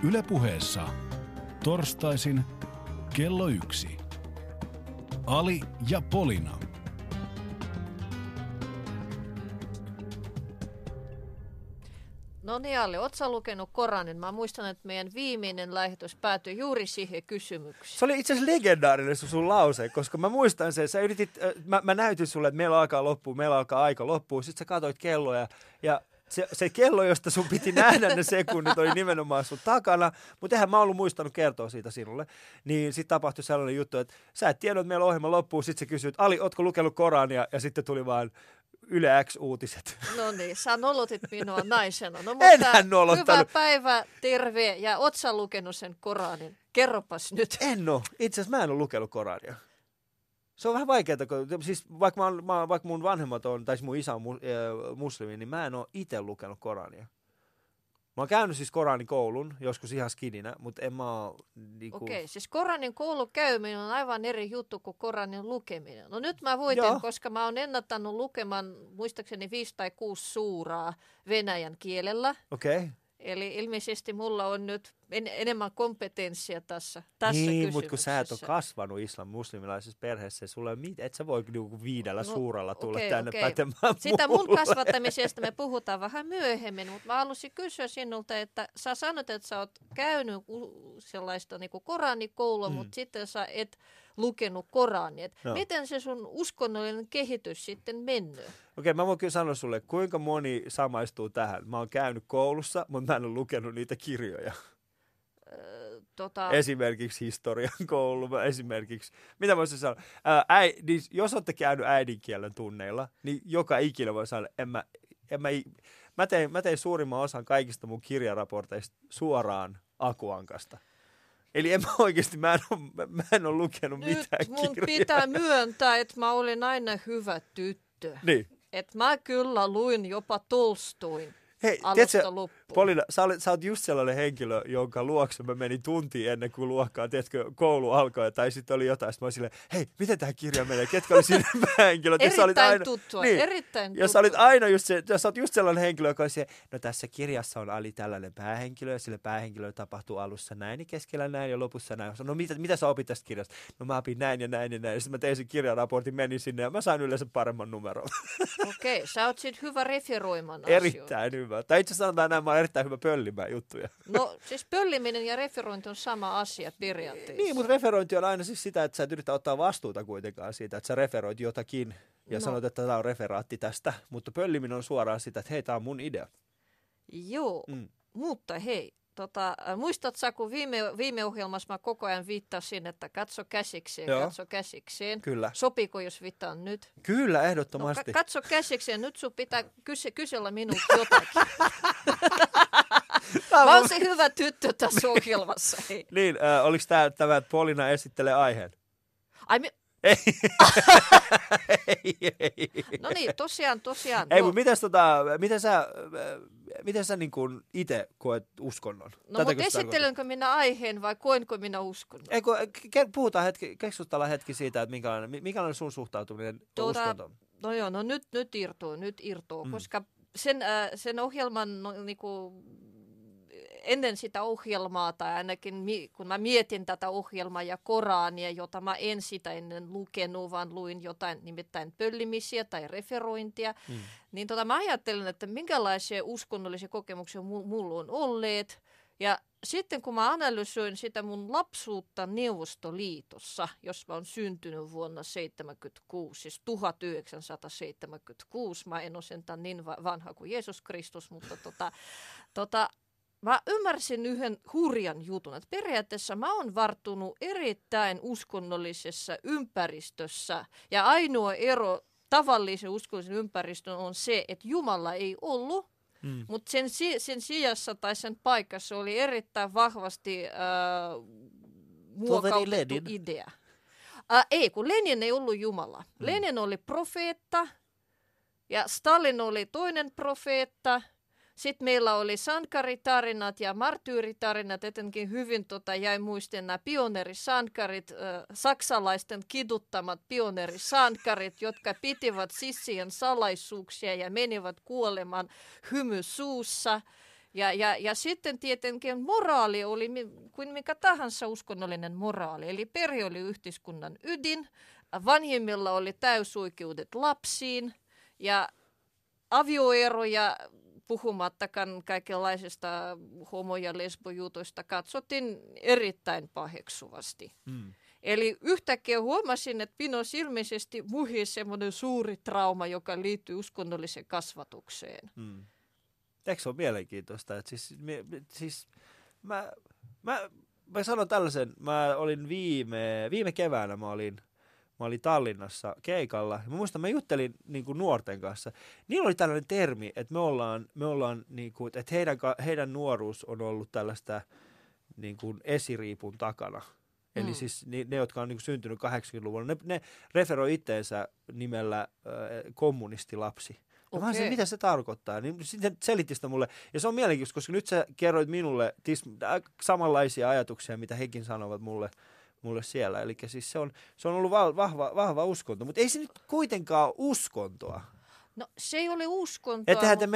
Yle Puheessa torstaisin kello 1. Ali ja Polina. No niin, Ali, ootko sä lukenut Koranin? Mä muistan, että meidän viimeinen lähetys päätyi juuri siihen kysymykseen. Se oli itse asiassa legendaarinen sun lause, koska mä muistan sen. Sä yritit, mä näytin sulle, että meillä alkaa aika loppua. Sitten sä katsoit kelloja ja se kello, josta sun piti nähdä ne sekunnit, oli nimenomaan sun takana. Mutta eihän mä ollut muistanut kertoa siitä sinulle. Niin sitten tapahtui sellainen juttu, että sä et tiennyt, että meillä ohjelma loppuu. Sitten sä kysyit, Ali, ootko lukenut Korania? Ja sitten tuli vaan Yle X-uutiset. No niin, sä nolotit minua naisena. No, Enhän nolottanut. Hyvää päivää, terve. Ja oot sä lukenut sen Koranin? Kerropas nyt. En oo. Itse asiassa mä en ole lukenut Korania. Se on vähän vaikeaa, siis vaikka mun vanhemmat on, tai mun isä on muslimi, niin mä en ole itse lukenut Korania. Mä oon käynyt siis Koranin koulun, joskus ihan skidinä, mutta en mä oo niinku... Okei, siis Koranin koulun käyminen on aivan eri juttu kuin Koranin lukeminen. No nyt mä voitin, koska mä oon ennättänyt lukemaan muistaakseni 5 tai 6 suuraa venäjän kielellä. Okei. Okay. Eli ilmeisesti mulla on nyt enemmän kompetenssia tässä kysymyksessä. Niin, mutta kun sä et ole kasvanut muslimilaisessa perheessä, sulla ei et sä voi niinku 5 suuralla tulla tänne pätemään. Sitä mun kasvattamisesta me puhutaan vähän myöhemmin, mutta mä halusin kysyä sinulta, että sä sanot, että sä oot käynyt sellaista niinku Koranikoulua, mutta sitten sä et lukenut Korania. No. Miten se sun uskonnollinen kehitys sitten mennyt? Okei, mä voin kyllä sanoa sulle, kuinka moni samaistuu tähän. Mä oon käynyt koulussa, mutta mä en ole lukenut niitä kirjoja. Esimerkiksi historian koulu, esimerkiksi, mitä voisin sanoa, niin jos olette käynyt äidinkielen tunneilla, niin joka ikinä voi sanoa, mä tein suurimman osan kaikista mun kirjaraporteista suoraan Akuankasta. Eli mä en ole lukenut mitään kirjoja. Nyt mun pitää myöntää, että mä olin aina hyvä tyttö. Niin. Että mä kyllä luin jopa Tolstoin. Hei, tiedätkö, Polina, sä oot just sellainen henkilö, jonka luokse mä menin tuntia ennen kuin luokkaan, tiedätkö, koulu alkoi, tai sitten oli jotain, sitten mä olin silleen, hei, miten tämä kirja menee, ketkä oli siinä päähenkilöt? Erittäin tuttua, niin. Erittäin tuttua. Ja sä olit aina sä oot just sellainen henkilö, joka oli siellä, no tässä kirjassa on Ali tällainen päähenkilö, ja sille päähenkilölle tapahtuu alussa näin, niin keskellä näin ja lopussa näin. No mitä sä opit tästä kirjasta? No mä opin näin ja näin ja näin, ja sitten mä tein sen kirjaraportin, menin sinne, ja mä sain yleensä paremman numeron. Okei, sä oot sit hyvä referoimaan asioita. Erittäin hyvä. Tai itse asiassa sanotaan näin, mä oon erittäin hyvä pöllimään juttuja. No siis pölliminen ja referointi on sama asia periaatteessa. Niin, mutta referointi on aina siis sitä, että sä et yritä ottaa vastuuta kuitenkaan siitä, että sä referoit jotakin ja sanot, että tämä on referaatti tästä. Mutta pölliminen on suoraan sitä, että hei, tämä on mun idea. Joo, mutta hei. Muistatko sä, kun viime ohjelmassa mä koko ajan viittasin, että katso käsikseen. Kyllä. Sopiiko, jos viittaan nyt? Kyllä, ehdottomasti. No, katso käsikseen, nyt sun pitää kysellä minulta jotakin. Mä oon se hyvä tyttö tässä ohjelmassa. Hei. Niin, oliko tämä, että Polina esittelee aiheen? Ei. No niin, tosiaan. Ei, mutta miten sä niin kuin itse koet uskonnon? No, mutta esittelenkö minä aiheen vai koenko minä uskonnon? Puhutaan keskustellaan hetki siitä, että minkälainen sun suhtautuminen uskontoon? No joo, no nyt irtuu, koska sen ohjelman niinku, ennen sitä ohjelmaa, tai ainakin kun mä mietin tätä ohjelmaa ja Korania, jota mä en sitä ennen lukenut, vaan luin jotain nimittäin pöllimisiä tai referointia, niin mä ajattelin, että minkälaisia uskonnollisia kokemuksia mulla on olleet. Ja sitten kun mä analysoin sitä mun lapsuutta Neuvostoliitossa, jos mä oon syntynyt vuonna 1976, siis 1976, mä en ole sentään niin vanha kuin Jeesus Kristus, mutta mä ymmärsin yhden hurjan jutun, että periaatteessa mä oon varttunut erittäin uskonnollisessa ympäristössä ja ainoa ero tavallisen uskonnollisen ympäristön on se, että Jumala ei ollut, mutta sen sijassa tai sen paikassa oli erittäin vahvasti muokautettu idea. Ei, kun Lenin ei ollut Jumala. Lenin oli profeetta ja Stalin oli toinen profeetta. Sitten meillä oli sankaritarinat ja marttyyritarinat, etenkin hyvin jäi muisteen nämä pioneerisankarit, saksalaisten kiduttamat pioneerisankarit, jotka pitivät sissien salaisuuksia ja menivät kuolemaan hymy suussa. Ja sitten tietenkin moraali oli kuin mikä tahansa uskonnollinen moraali. Eli perhe oli yhteiskunnan ydin, vanhemmilla oli täysoikeudet lapsiin ja avioeroja, puhumattakaan kaikenlaisista homo- ja lesbojuutoista, katsottiin erittäin paheksuvasti. Eli yhtäkkiä huomasin, että minussa ilmeisesti muhi semmoinen suuri trauma, joka liittyy uskonnolliseen kasvatukseen. Eikö se ole mielenkiintoista? Että mä sanon tällaisen, mä olin viime keväänä mä olin Tallinnassa keikalla. Mä muistan, mä juttelin niin kuin nuorten kanssa. Niillä oli tällainen termi, että me ollaan niin kuin, että heidän nuoruus on ollut tällaista niin kuin esiriipun takana. Eli siis ne, jotka on niin kuin syntynyt 80-luvulla, ne referoi itteensä nimellä kommunistilapsi. Ja mä sanoin, mitä se tarkoittaa. Niin sitten selitti sitä mulle. Ja se on mielenkiintoista, koska nyt sä kerroit minulle samanlaisia ajatuksia, mitä hekin sanovat mulle siellä. Eli siis se on ollut vahva uskonto, mutta ei se nyt kuitenkaan ole uskontoa. No se ei ole uskontoa,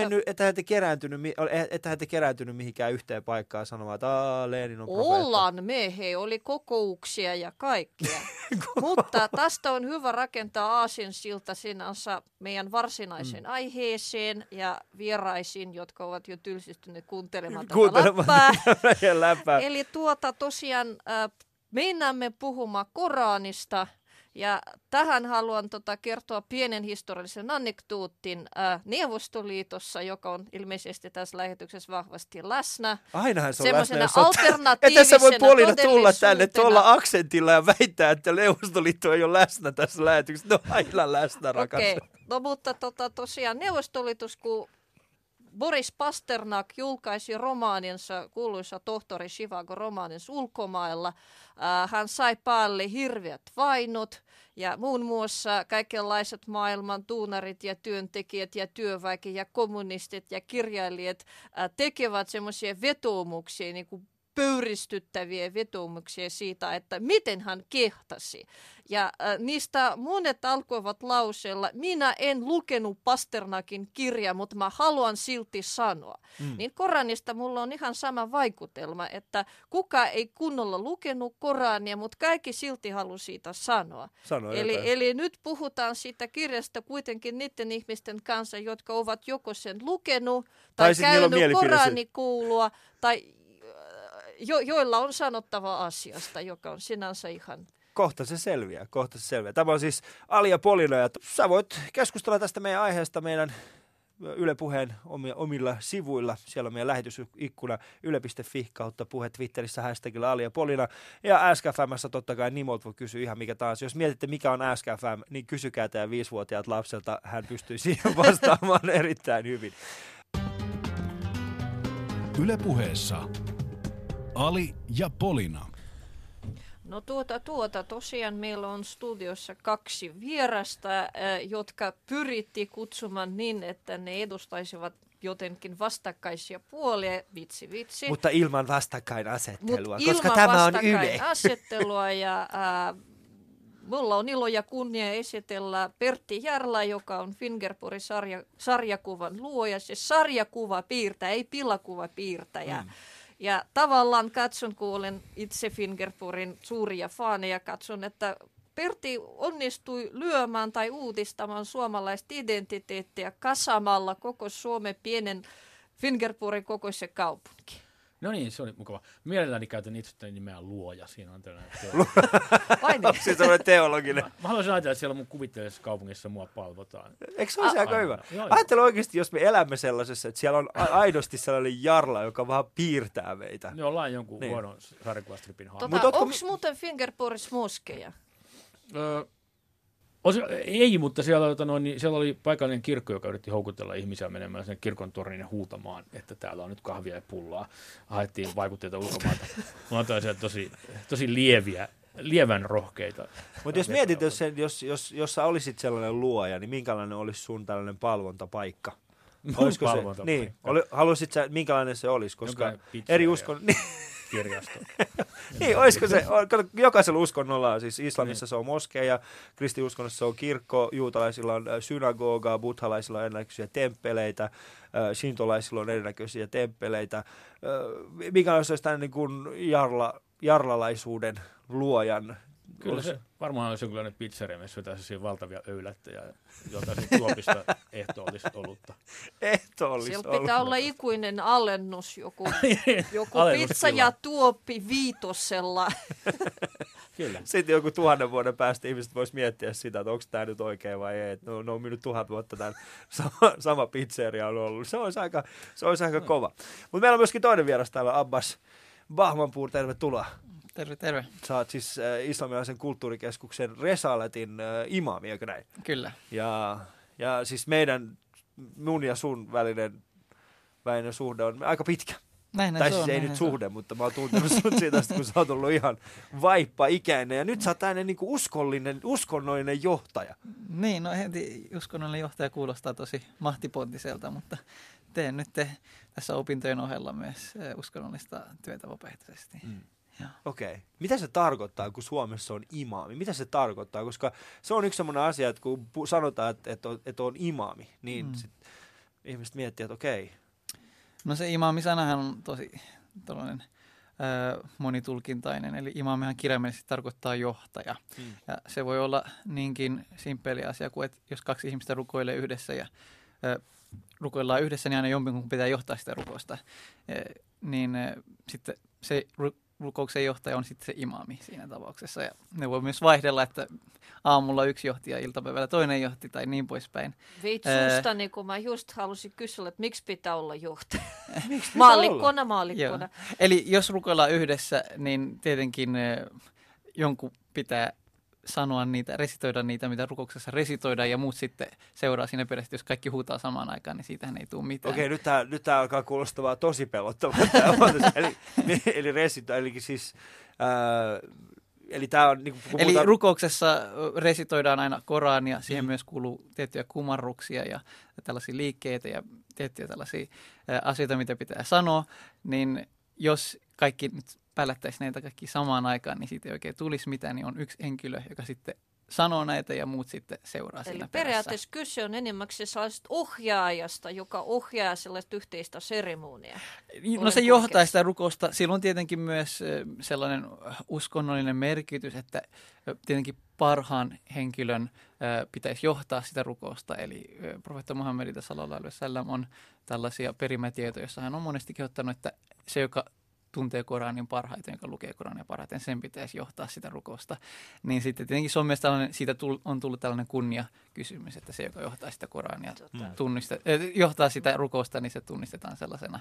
Ettehän te kerääntynyt mihinkään yhteen paikkaan sanomaan, että Lenin on profeetta. Ollaan me, oli kokouksia ja kaikkea. Mutta tästä on hyvä rakentaa aasinsilta sinänsä meidän varsinaiseen aiheeseen ja vieraisiin, jotka ovat jo tylsistyneet kuuntelemaan tätä läppää. Eli tosiaan meinaamme puhumaan Koranista. Ja tähän haluan kertoa pienen historiallisen anekdootin Neuvostoliitossa, joka on ilmeisesti tässä lähetyksessä vahvasti läsnä. Ainahan se on läsnä, jos alternatiivisena että sä voi Polina tulla tänne tuolla aksentilla ja väittää, että Neuvostoliitto ei ole läsnä tässä lähetyksessä. No aina läsnä, rakas. Okei, no mutta tosiaan Neuvostoliitos, kun Boris Pasternak julkaisi romaaninsa, kuuluisa tohtori Zhivago-romaaninsa ulkomailla. Hän sai päälle hirveät vainot ja muun muassa kaikenlaiset maailman tuunarit ja työntekijät ja työväki ja kommunistit ja kirjailijat tekevät semmoisia vetoomuksia, niin kuin pöyristyttäviä vetoomuksia siitä, että miten hän kehtasi. Ja niistä monet alkoivat lauseella, minä en lukenut Pasternakin kirjaa, mutta mä haluan silti sanoa. Niin Koranista mulla on ihan sama vaikutelma, että kuka ei kunnolla lukenut Korania, mutta kaikki silti haluaa siitä sanoa. Eli nyt puhutaan siitä kirjasta kuitenkin niiden ihmisten kanssa, jotka ovat joko sen lukenut tai käynyt Koranikoulua tai joilla on sanottava asiasta, joka on sinänsä ihan... Kohta se selviää. Tämä on siis Ali ja Polina, ja sä voit keskustella tästä meidän aiheesta meidän Yle Puheen omilla sivuilla. Siellä on meidän lähetysikkuna yle.fi kautta puhe Twitterissä hashtagilla Ali ja Polina. Ja Ask-FM:ssä totta kai Nimolt voi kysyä ihan mikä tahansa. Jos mietitte mikä on Ask-FM, niin kysykää teidän 5-vuotiaat lapselta. Hän pystyy siihen vastaamaan erittäin hyvin. Yle Puheessa Ali ja Polina. No tosiaan meillä on studiossa 2 vierasta, jotka pyrittiin kutsumaan niin, että ne edustaisivat jotenkin vastakkaisia puolia, vitsi. Mutta ilman vastakkainasettelua, koska tämä on Yle. Vastakkainasettelua ja mulla on ilo ja kunnia esitellä Pertti Järlä, joka on Fingerporin sarjakuvan luoja. Se sarjakuva piirtäjä, ei pilakuva piirtäjä. Ja tavallaan kun olen itse Fingerporin suuria faaneja, katson, että Pertti onnistui lyömään tai uutistamaan suomalaista identiteettiä kasamalla koko Suomen pienen Fingerporin kokoisen kaupunki. No niin, se oli mukava. Mielelläni käytän itse nimeä luoja. Siinä on tällainen Vai niin? Siis on teologinen. Mä haluaisin ajatella, että siellä mun kuvitteellisessa kaupungissa mua palvotaan. Eikö se olisi aika hyvä? Ajattele oikeasti, jos me elämme sellaisessa, että siellä on aidosti sellainen Jarla, joka vaan piirtää meitä. Me ollaan jonkun huonon sarjakuvastripin hahmo. Onko muuten Fingerporissa moskeja? Ei, mutta siellä oli paikallinen kirkko, joka yritti houkutella ihmisiä menemään sen kirkon torniin ja huutamaan, että täällä on nyt kahvia ja pullaa. Haettiin vaikutteita ulkomailta. Mulla on tosi lievän rohkeita. Mutta jos mietit, jos sä olisit sellainen luoja, niin minkälainen olisi sun tällainen palvontapaikka? Olisiko se? Niin. Haluaisit sä, minkälainen se olisi? Koska eri uskon... kirjasto. Niin, olisiko se, jokaisella uskonnolla on, siis islamissa se on moskeja, kristiuskonnossa se on kirkko, juutalaisilla on synagoga, buddhalaisilla on erinäköisiä temppeleitä, shintolaisilla on erinäköisiä temppeleitä. Mikä olisi tämän niin kuin jarlalaisuuden luojan? Kyllä se varmaan olisi jonkinlainen pizzeria, missä vetäisi valtavia öylättejä ja jotain tuopista ehtoollista olutta. Siellä pitää olla ikuinen alennus, joku pizza ja tuoppi 5. Kyllä. Sitten joku 1000 vuoden päästä ihmiset vois miettiä sitä, että onko tämä nyt oikein vai ei. Ne on myynyt 1000 vuotta tämän sama pizzeria on ollut. Se olisi aika kova. Mutta meillä on myöskin toinen vieras täällä, Abbas Bahmanpour, tervetuloa. Terve. Sä oot siis islamilaisen kulttuurikeskuksen Resaletin imaami, eikö näin? Kyllä. Ja siis mun ja sun välinen suhde on aika pitkä. Näin tai se siis on, ei nyt suhde, mutta mä oon tuntenut sut siitä, kun sä oot ollut ihan vaippa-ikäinen. Ja nyt sä oot tämmöinen niin kuin uskonnollinen johtaja. Niin, no heti uskonnollinen johtaja kuulostaa tosi mahtipontiselta, mutta teen nyt tässä opintojen ohella myös uskonnollista työtä vapaaehtoisesti. Okei. Mitä se tarkoittaa, kun Suomessa on imaami? Mitä se tarkoittaa? Koska se on yksi sellainen asia, että kun sanotaan, että on imaami, niin sit ihmiset miettii, että okei. No se imaamisanahan on tosi monitulkintainen, eli imaamihan kirjaimellisesti tarkoittaa johtaja. Ja se voi olla niinkin simppeli asia kuin, että jos 2 ihmistä rukoilee yhdessä ja rukoillaan yhdessä, niin aina jompikumpi pitää johtaa sitä rukousta. Niin sitten se rukouksen johtaja on sitten se imaami siinä tapauksessa. Ja ne voi myös vaihdella, että aamulla yksi johti ja iltapäivällä toinen johti tai niin poispäin. Sustani, kun mä just halusin kysyä, että miksi pitää olla johtaja? Maallikkona. Joo. Eli jos rukoillaan yhdessä, niin tietenkin jonkun pitää sanoa niitä, resitoida niitä, mitä rukouksessa resitoidaan, ja muut sitten seuraa siinä perässä. Jos kaikki huutaa samaan aikaan, niin siitähän ei tule mitään. Okei, nyt tää alkaa kuulostaa tosi pelottavalta. eli resitoida, eli siis... Eli tää on, niin eli rukouksessa resitoidaan aina Korania, siihen myös kuuluu tiettyjä kumarruksia ja tällaisia liikkeitä ja tiettyjä tällaisia asioita, mitä pitää sanoa, niin jos kaikki nyt pällättäisiin näitä kaikki samaan aikaan, niin siitä ei oikein tulisi mitään, niin on yksi henkilö, joka sitten sanoo näitä ja muut sitten seuraa siinä perässä. Eli periaatteessa kyse on enimmäkseen sellaisesta ohjaajasta, joka ohjaa sellaista yhteistä seremoniaa. No se johtaa sitä rukousta. Sillä on tietenkin myös sellainen uskonnollinen merkitys, että tietenkin parhaan henkilön pitäisi johtaa sitä rukousta. Eli profeetta Muhammedilta sallallahu alaihi wasallam on tällaisia perimätietoja, joissa hän on monesti kehottanut, että se, joka tuntee Koranin parhaiten, joka lukee Korania parhaiten, sen pitäisi johtaa sitä rukousta. Niin sitten tietenkin se on myös tällainen, siitä on tullut tällainen kunniakysymys, että se, joka johtaa sitä Korania, johtaa sitä rukousta, niin se tunnistetaan sellaisena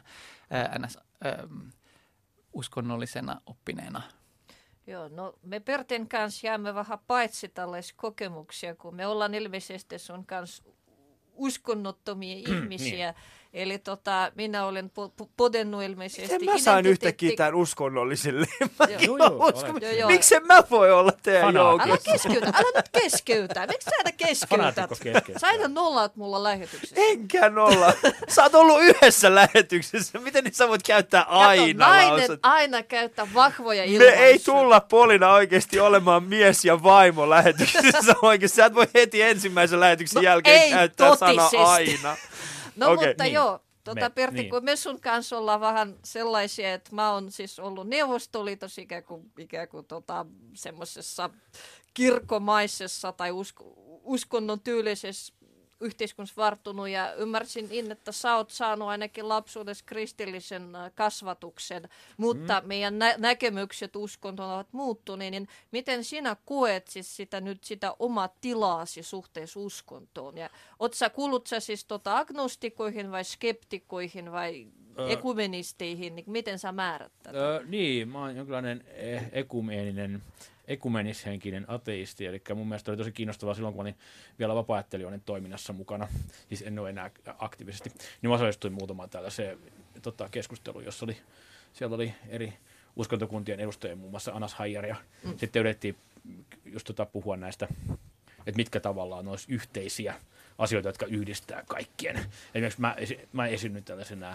uskonnollisena oppineena. Joo, no me Perten kanssa jäämme vähän paitsi tällaisia kokemuksia, kun me ollaan ilmeisesti sun kanssa uskonnottomia ihmisiä. Eli minä olen podennut ilmeisesti. Miten mä sain yhtäkkiä tämän uskonnollisille? Joo. Miksen mä voi olla teidän joukossa? Älä nyt keskeytä. Miksi sä aina keskeytät? Sä aina nollaat mulla lähetyksessä. Enkä nolla. Sä oot ollut yhdessä lähetyksessä. Miten niin sä voit käyttää aina? Nainen aina käyttää vahvoja ilmaisuja. Me ei tulla Polina oikeasti olemaan mies ja vaimo lähetyksessä oikeasti. Sä et voi heti ensimmäisen lähetyksen jälkeen käyttää sanaa aina. No okay, mutta niin. Joo, Pertti, niin. Kun me sun kanssa ollaan vähän sellaisia, että mä oon siis ollut Neuvostoliitossa ikään kuin semmoisessa kirkkomaisessa tai uskonnon tyylisessä yhteiskunnassa varttunut ja ymmärsin että sä oot saanut ainakin lapsuudessa kristillisen kasvatuksen, mutta meidän näkemykset uskontoon ovat muuttuneet, niin miten sinä koet siis sitä omaa tilaasi suhteessa uskontoon? Ja kuulut sä siis agnostikoihin vai skeptikoihin vai ekumenisteihin, niin miten sä määrät tätä? Niin, mä oon jonkinlainen ekumenishenkinen ateisti, eli mun mielestä oli tosi kiinnostavaa silloin, kun olin vielä vapaajattelijoiden toiminnassa mukana, siis en ole enää aktiivisesti, niin mä osallistuin muutamaan tällaiseen keskusteluun, jossa siellä oli eri uskontokuntien edustajia, muun muassa Anas Hajar, ja sitten yritettiin just puhua näistä, että mitkä tavallaan olisi yhteisiä asioita, jotka yhdistää kaikkien. Esimerkiksi mä esinnyin tällaisena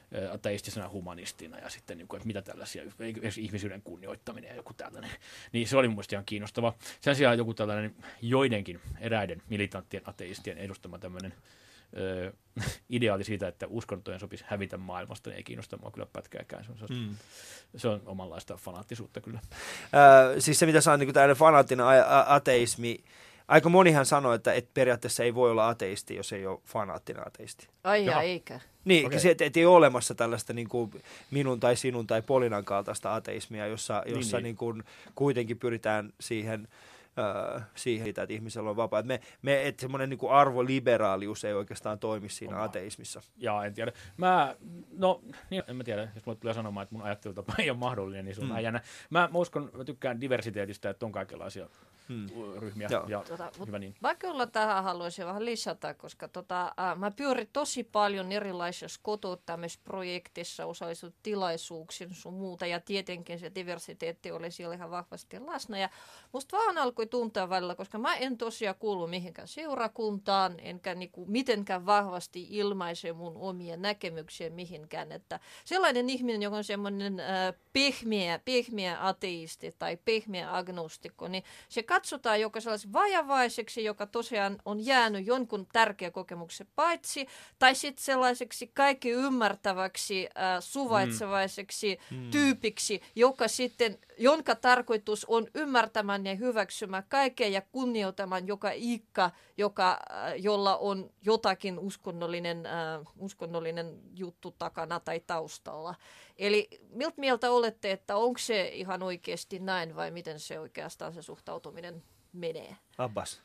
ateistisena humanistina ja sitten, niin kuin, että mitä tällaisia, ihmisyyden kunnioittaminen ja joku tällainen. Niin se oli mun mielestä ihan kiinnostava. Sen sijaan joku tällainen eräiden militanttien ateistien edustama tämmöinen ideaali siitä, että uskontojen sopisi hävitä maailmasta, niin ei kiinnosta mua kyllä pätkääkään. Se on omanlaista fanaattisuutta kyllä. Siis se, mitä saa niin tällainen fanaattinen ateismi, aika monihan sanoo, että periaatteessa ei voi olla ateisti, jos ei ole fanaattinen ateisti. Ai ja eikä. Niin, okay. Se, että ei ole olemassa tällaista niin kuin minun tai sinun tai Polinan kaltaista ateismia, jossa niin kuin kuitenkin pyritään siihen, että ihmisellä on vapaa. Että semmoinen niin kuin arvoliberaalius ei oikeastaan toimi siinä ateismissa. Jaa, en tiedä. En mä tiedä, jos mulle tulee sanomaan, että mun ajattelutapa ei ole mahdollinen, niin se on vähän jännä. Mä tykkään diversiteetistä, että on kaikenlaisia ryhmiä. Ja hyvä niin. Mä kyllä tähän haluaisin vähän lisätä, koska mä pyörin tosi paljon erilaisissa kotouttamisprojektissa, osallistun tilaisuuksiin sun muuta, ja tietenkin se diversiteetti oli siellä ihan vahvasti läsnä. Ja musta vaan alkoi tuntea välillä, koska mä en tosiaan kuulu mihinkään seurakuntaan, enkä niinku mitenkään vahvasti ilmaise mun omia näkemyksiä mihinkään. Että sellainen ihminen, joka on semmoinen pehmeä ateisti tai pehmeä agnostikko, niin se katsotaan joka sellaiseksi vajavaiseksi, joka tosiaan on jäänyt jonkun tärkeä kokemuksen paitsi, tai sitten sellaiseksi kaikki ymmärtäväksi, suvaitsevaiseksi tyypiksi, jonka tarkoitus on ymmärtämään ja hyväksymään kaikkea ja kunnioittamaan joka ikka, jolla on jotakin uskonnollinen juttu takana tai taustalla. Eli miltä mieltä olette, että onko se ihan oikeasti näin vai miten se oikeastaan se suhtautuminen menee? Abbas.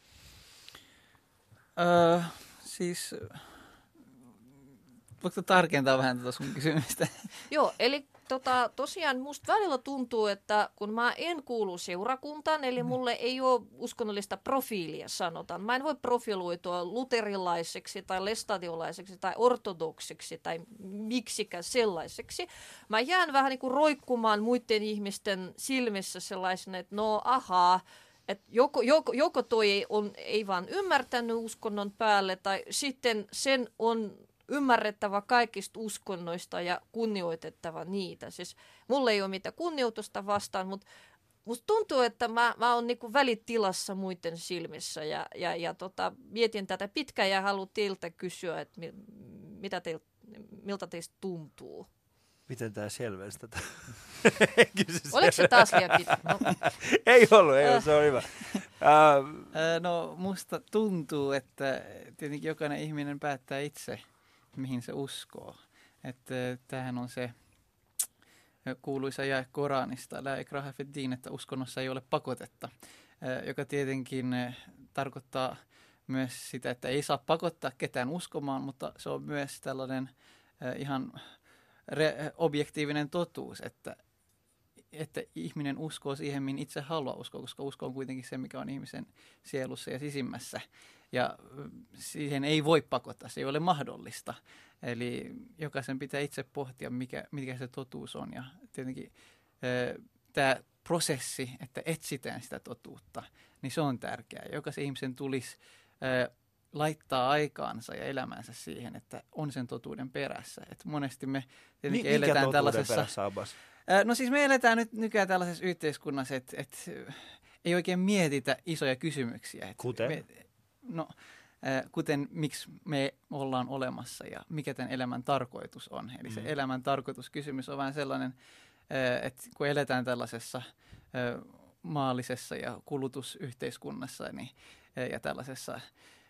Siis, voitko tarkentaa vähän tätä sun kysymystä? Joo, eli tosiaan musta välillä tuntuu, että kun mä en kuulu seurakuntaan, eli mulle ei ole uskonnollista profiilia, sanotaan. Mä en voi profiloitua luterilaiseksi tai lestadiolaiseksi tai ortodoksiksi tai miksikä sellaiseksi. Mä jään vähän niin kuin roikkumaan muiden ihmisten silmissä sellaisena, että että joko toi ei vaan ymmärtänyt uskonnon päälle, tai sitten sen on ymmärrettävä kaikista uskonnoista ja kunnioitettava niitä. Siis mulla ei ole mitään kunnioitusta vastaan, mutta musta tuntuu, että mä oon niinku välitilassa muiden silmissä ja mietin tätä pitkään ja haluan teiltä kysyä, että miltä teistä tuntuu. Miten tämä selvensi tätä? Oliko se taas liian pitkä? No. Ei ollut, se on hyvä. No musta tuntuu, että tietenkin jokainen ihminen päättää itse, mihin se uskoo. Että tämähän on se kuuluisa jae Koranista, la ikraha fid din, että uskonnossa ei ole pakotetta, joka tietenkin tarkoittaa myös sitä, että ei saa pakottaa ketään uskomaan, mutta se on myös tällainen ihan objektiivinen totuus, että ihminen uskoo siihen, mihin itse haluaa uskoa, koska usko on kuitenkin se, mikä on ihmisen sielussa ja sisimmässä. Ja siihen ei voi pakottaa, se ei ole mahdollista. Eli jokaisen pitää itse pohtia, mikä se totuus on. Ja tietenkin tämä prosessi, että etsitään sitä totuutta, niin se on tärkeää. Jokaisen ihmisen tulisi laittaa aikaansa ja elämänsä siihen, että on sen totuuden perässä. Et monesti me tietenkin eletään tällaisessa... Perässä, Abbas? No siis me eletään nyt nykyään tällaisessa yhteiskunnassa, että ei oikein mietitä isoja kysymyksiä. Kuten? Kuten miksi me ollaan olemassa ja mikä tämän elämän tarkoitus on. Eli se elämän tarkoituskysymys on vähän sellainen, että kun eletään tällaisessa maallisessa ja kulutusyhteiskunnassa ja tällaisessa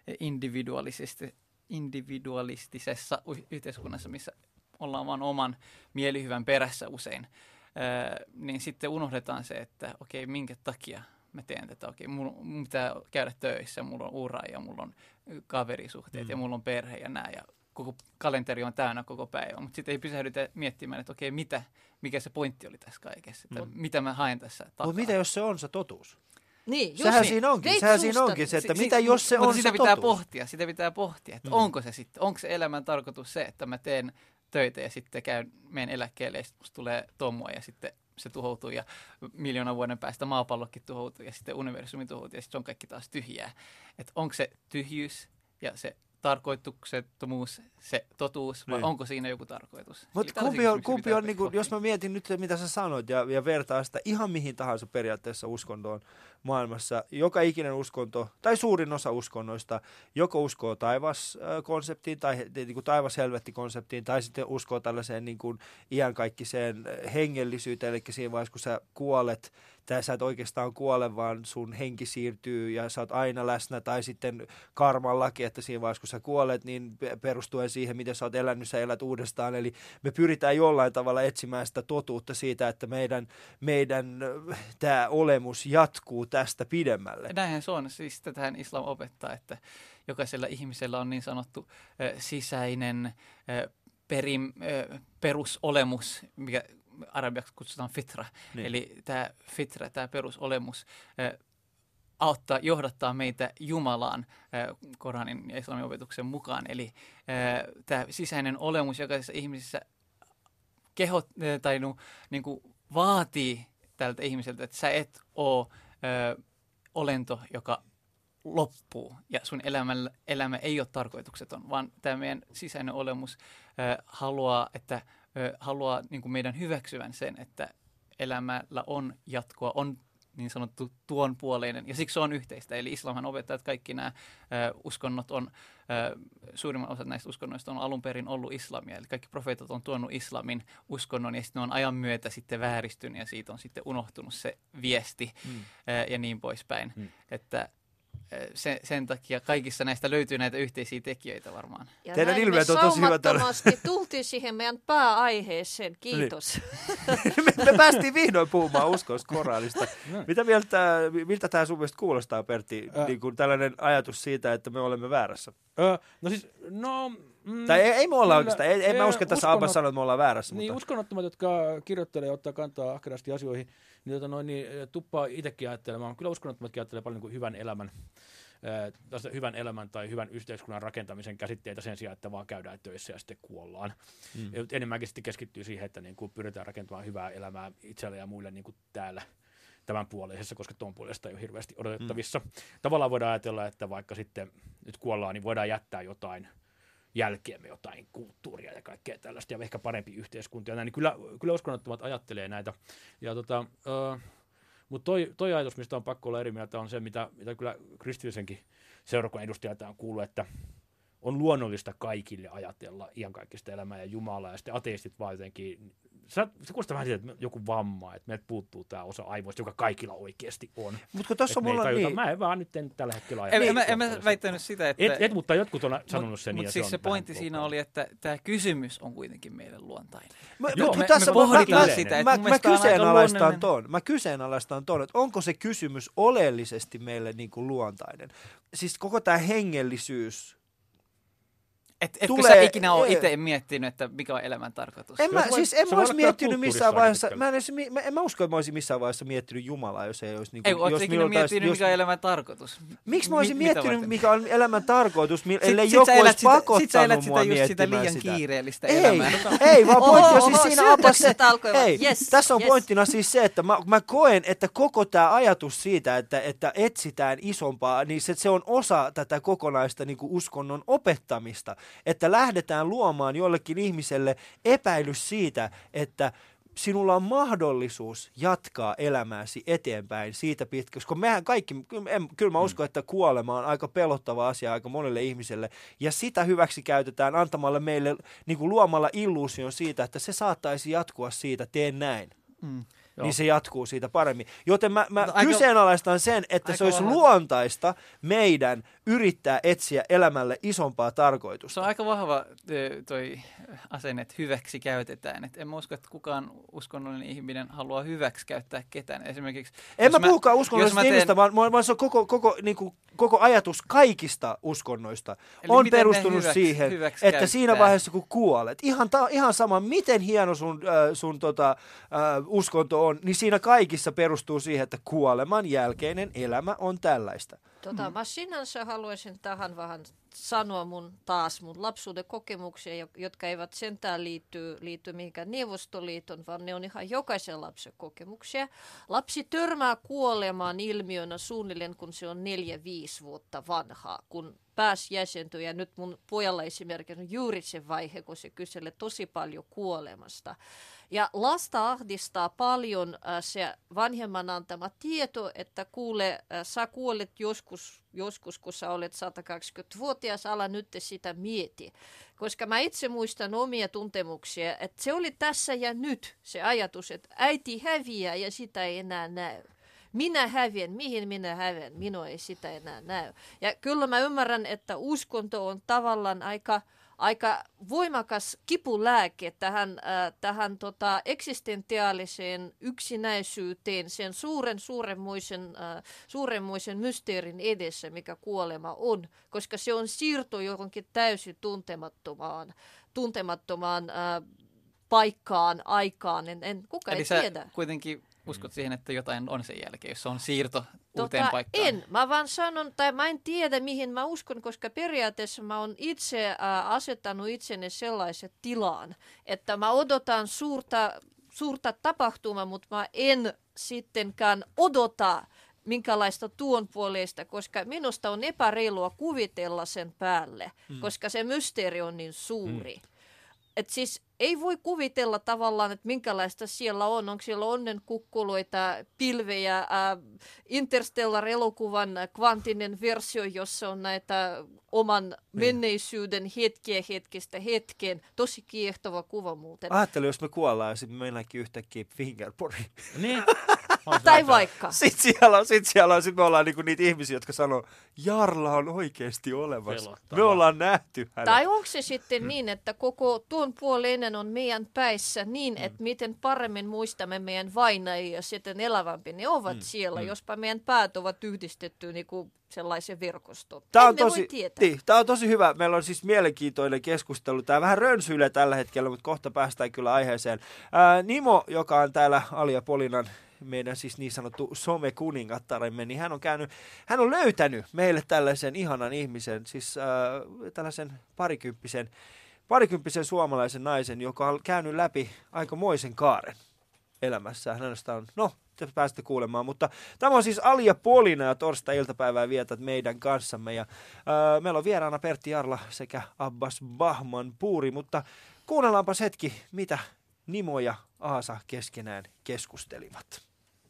individualistisessa yhteiskunnassa, missä ollaan vaan oman mielihyvän perässä usein, niin sitten unohdetaan se, että okei, minkä takia mä teen tätä. Okei, mun pitää käydä töissä, mulla on ura ja mulla on kaverisuhteet ja mulla on perhe ja nää ja koko kalenteri on täynnä koko päivä. Mutta sitten ei pysähdytä miettimään, että okei, mikä se pointti oli tässä kaikessa, että mitä mä haen tässä takaa. Mutta mitä jos se on se totuus? Niin, sehän siinä onkin se, että mitä jos se on se totuus? Sitä pitää pohtia, että onko se sitten, onko se elämän tarkoitus se, että mä teen töitä ja sitten menen eläkkeelle ja sitten musta tulee tomua ja sitten se tuhoutuu ja 1,000,000 vuoden päästä maapallokin tuhoutuu ja sitten universumi tuhoutuu ja sitten se on kaikki taas tyhjää. Että onko se tyhjyys ja se tarkoituksettomuus se totuus, vai onko siinä joku tarkoitus? Mutta kumpi on niinku, jos mä mietin nyt, mitä sä sanoit, ja vertaan sitä ihan mihin tahansa periaatteessa uskontoon maailmassa, joka ikinen uskonto, tai suurin osa uskonnoista, joko uskoo taivaskonseptiin, tai niinku taivas-helvetti-konseptiin, tai sitten uskoo tällaiseen niinku iankaikkiseen hengellisyyteen, eli siinä vaiheessa, kun sä kuolet, tai sä et oikeastaan kuole, vaan sun henki siirtyy ja sä oot aina läsnä, tai sitten karman laki, että siinä vaiheessa, kun sä kuolet, niin perustuen siihen, miten sä oot elänyt, sä elät uudestaan. Eli me pyritään jollain tavalla etsimään sitä totuutta siitä, että meidän tämä olemus jatkuu tästä pidemmälle. Näinhän se on. Siis tätähän islam opettaa, että jokaisella ihmisellä on niin sanottu sisäinen perusolemus, mikä arabiaksi kutsutaan fitra. Niin. Eli tämä fitra, tämä perusolemus, johdattaa meitä Jumalaan Koranin ja islamin opetuksen mukaan. Eli tämä sisäinen olemus jokaisessa ihmisessä vaatii tältä ihmiseltä, että sä et ole olento, joka loppuu ja sun elämä ei ole tarkoitukseton, vaan tämä meidän sisäinen olemus haluaa niin kuin meidän hyväksyvän sen, että elämällä on jatkoa, on niin sanottu tuonpuoleinen, ja siksi se on yhteistä. Eli islamhan opettaa, että kaikki nämä uskonnot on, suurimman osa näistä uskonnoista on alun perin ollut islamia. Eli kaikki profeetat on tuonut islamin uskonnon, ja sitten ne on ajan myötä sitten vääristynyt, ja siitä on sitten unohtunut se viesti ja niin poispäin. Että sen takia kaikissa näistä löytyy näitä yhteisiä tekijöitä varmaan. Ja teidän näin ilmeet me on tosi hyvä saumattomasti tultiin siihen meidän pääaiheeseen. Kiitos. me päästiin vihdoin puhumaan uskosta Koranista. Miltä tämä sun mielestä kuulostaa, Pertti, niin kuin tällainen ajatus siitä, että me olemme väärässä? Tai ei me olla oikeastaan, ei mä usko, että tässä Abbas sanoo, että me ollaan väärässä. Niin, mutta uskonnottomat, jotka kirjoittelee ja ottaa kantaa ahkerasti asioihin, niin tuppaa itsekin ajattelemaan. Kyllä uskonnottomatkin ajattelee paljon niin kuin hyvän elämän tai hyvän yhteiskunnan rakentamisen käsitteitä sen sijaan, että vaan käydään töissä ja sitten kuollaan. Enemmänkin sitten keskittyy siihen, että niin kuin pyritään rakentamaan hyvää elämää itselle ja muille niin kuin täällä tämän puoleisessa, koska tuon puolesta ei ole hirveästi odotettavissa. Tavallaan voidaan ajatella, että vaikka sitten nyt kuollaan, niin voidaan jättää jotain jälkeemme, jotain kulttuuria ja kaikkea tällaista, ja ehkä parempi yhteiskunta. Ja näin, niin kyllä uskonnottomat ajattelee näitä. Ja mutta toi ajatus, mistä on pakko olla eri mieltä, on se, mitä kyllä kristillisenkin seurakunnan edustajilta on kuullut, että on luonnollista kaikille ajatella iankaikkista elämää ja Jumalaa, ja sitten ateistit vaan jotenkin, se kuulostaa vähän siitä, että joku vamma, että meiltä puuttuu tämä osa aivoista, joka kaikilla oikeasti on. Mutta tuossa mulla niin. Mä en vaan nyt tällä hetkellä ajatella. En mä väittänyt sitä, että mutta jotkut on sanonut sen. Mutta siis se pointti siinä oli, että tämä kysymys on kuitenkin meille luontainen. Mä kyseenalaistan ton, että onko se kysymys oleellisesti meille niin kuin luontainen. Siis koko tämä hengellisyys. Etkö sä ikinä ole itse miettinyt, että mikä on elämän tarkoitus? En mä olisi miettinyt missään vaiheessa, en mä usko, että mä olisin missään vaiheessa miettinyt Jumalaa, jos ei olisi... Oletko ikinä miettinyt, mikä on elämän tarkoitus? Miksi mä olisin miettinyt, mikä on elämän tarkoitus, ellei joku olisi pakottanut mua miettimään sitä? Sit sä elät sitä liian kiireellistä elämää. Ei, vaan pointti on siis siinä Abbas se... Tässä on pointtina siis se, että mä koen, että koko tämä ajatus siitä, että etsitään isompaa, niin se on osa tätä kokonaista niin kuin uskonnon opettamista. Että lähdetään luomaan jollekin ihmiselle epäilys siitä, että sinulla on mahdollisuus jatkaa elämääsi eteenpäin siitä pitkä, koska mehän kaikki, kyllä mä uskon, että kuolema on aika pelottava asia aika monelle ihmiselle, ja sitä hyväksi käytetään antamalla meille, niin kuin luomalla illuusion siitä, että se saattaisi jatkua siitä, teen näin. Niin se jatkuu siitä paremmin. Joten mä kyseenalaistan sen, että se olisi luontaista meidän yrittää etsiä elämälle isompaa tarkoitusta. Se on aika vahva toi asenne, että hyväksi käytetään. Et en mä usko, että kukaan uskonnollinen ihminen haluaa hyväksi käyttää ketään. Esimerkiksi, en mä puhukaan uskonnollisesta ihmistä, vaan se on koko ajatus kaikista uskonnoista on perustunut siihen, että siinä vaiheessa kun kuolet, ihan sama miten hieno sun uskonto on, niin siinä kaikissa perustuu siihen, että kuoleman jälkeinen elämä on tällaista. Mä sinänsä haluaisin tähän vähän sanoa mun lapsuuden kokemuksia, jotka eivät sentään liitty mihinkään Neuvostoliiton, vaan ne on ihan jokaisen lapsen kokemuksia. Lapsi törmää kuolemaan ilmiönä suunnilleen, kun se on 4-5 vuotta vanhaa, kun pääsi jäsentyä. Ja nyt mun pojalla esimerkiksi on juuri se vaihe, kun se kyselee tosi paljon kuolemasta. Ja lasta ahdistaa paljon se vanhemman antama tieto, että kuule, sä kuolet joskus, kun sä olet 120-vuotias, ala nyt sitä mieti. Koska mä itse muistan omia tuntemuksia, että se oli tässä ja nyt se ajatus, että äiti häviää ja sitä ei enää näy. Minä häviän, mihin minä häviän, minua ei sitä enää näy. Ja kyllä mä ymmärrän, että uskonto on tavallaan aika voimakas kipulääke tähän eksistentiaaliseen yksinäisyyteen, sen suuremmoisen mysteerin edessä, mikä kuolema on, koska se on siirto johonkin täysin tuntemattomaan paikkaan, aikaan, kuka ei tiedä. Kuitenkin uskot siihen, että jotain on sen jälkeen, jos se on siirto uuteen paikkaan? Mä vaan sanon, tai mä en tiedä mihin mä uskon, koska periaatteessa mä oon itse asettanut itseni sellaisen tilaan, että mä odotan suurta tapahtumaa, mutta mä en sittenkään odota minkälaista tuon puolesta, koska minusta on epäreilua kuvitella sen päälle, koska se mysteeri on niin suuri. Et siis ei voi kuvitella tavallaan, että minkälaista siellä on. Onko siellä onnenkukkuloita, pilvejä, Interstellar-elokuvan kvantinen versio, jossa on näitä oman menneisyyden hetkiä hetkestä hetkeen. Tosi kiehtova kuva muuten. Ajattelu, jos me kuollaan ja sitten me mennäänkin yhtäkkiä Fingerporiin. Niin. Tai vaikka. Sitten me ollaan niinku niitä ihmisiä, jotka sanoo, Jarla on oikeasti olemassa. Pelottava. Me ollaan nähty hänet. Tai onko se sitten niin, että koko tuon puoleinen on meidän päissä niin, että miten paremmin muistamme meidän vainajia ja sitten elävämpi ne ovat siellä, jospa meidän päät ovat yhdistetty niinku sellaisen verkostoon. Tämä on tosi hyvä. Meillä on siis mielenkiintoinen keskustelu. Tämä vähän rönsyilee tällä hetkellä, mutta kohta päästään kyllä aiheeseen. Nimo, joka on täällä Ali ja Polinan meidän siis niin sanottu somekuningattaremme, niin hän on löytänyt meille tällaisen ihanan ihmisen, siis tällaisen parikymppisen suomalaisen naisen, joka on käynyt läpi aikamoisen kaaren elämässään. Hänestä on, te pääsette kuulemaan, mutta tämä on siis Ali ja Polina ja torstai-iltapäivää vietät meidän kanssamme. Ja, meillä on vieraana Pertti Jarla sekä Abbas Bahman Puuri, mutta kuunnellaanpas hetki, mitä Nimo ja Aasa keskenään keskustelivat.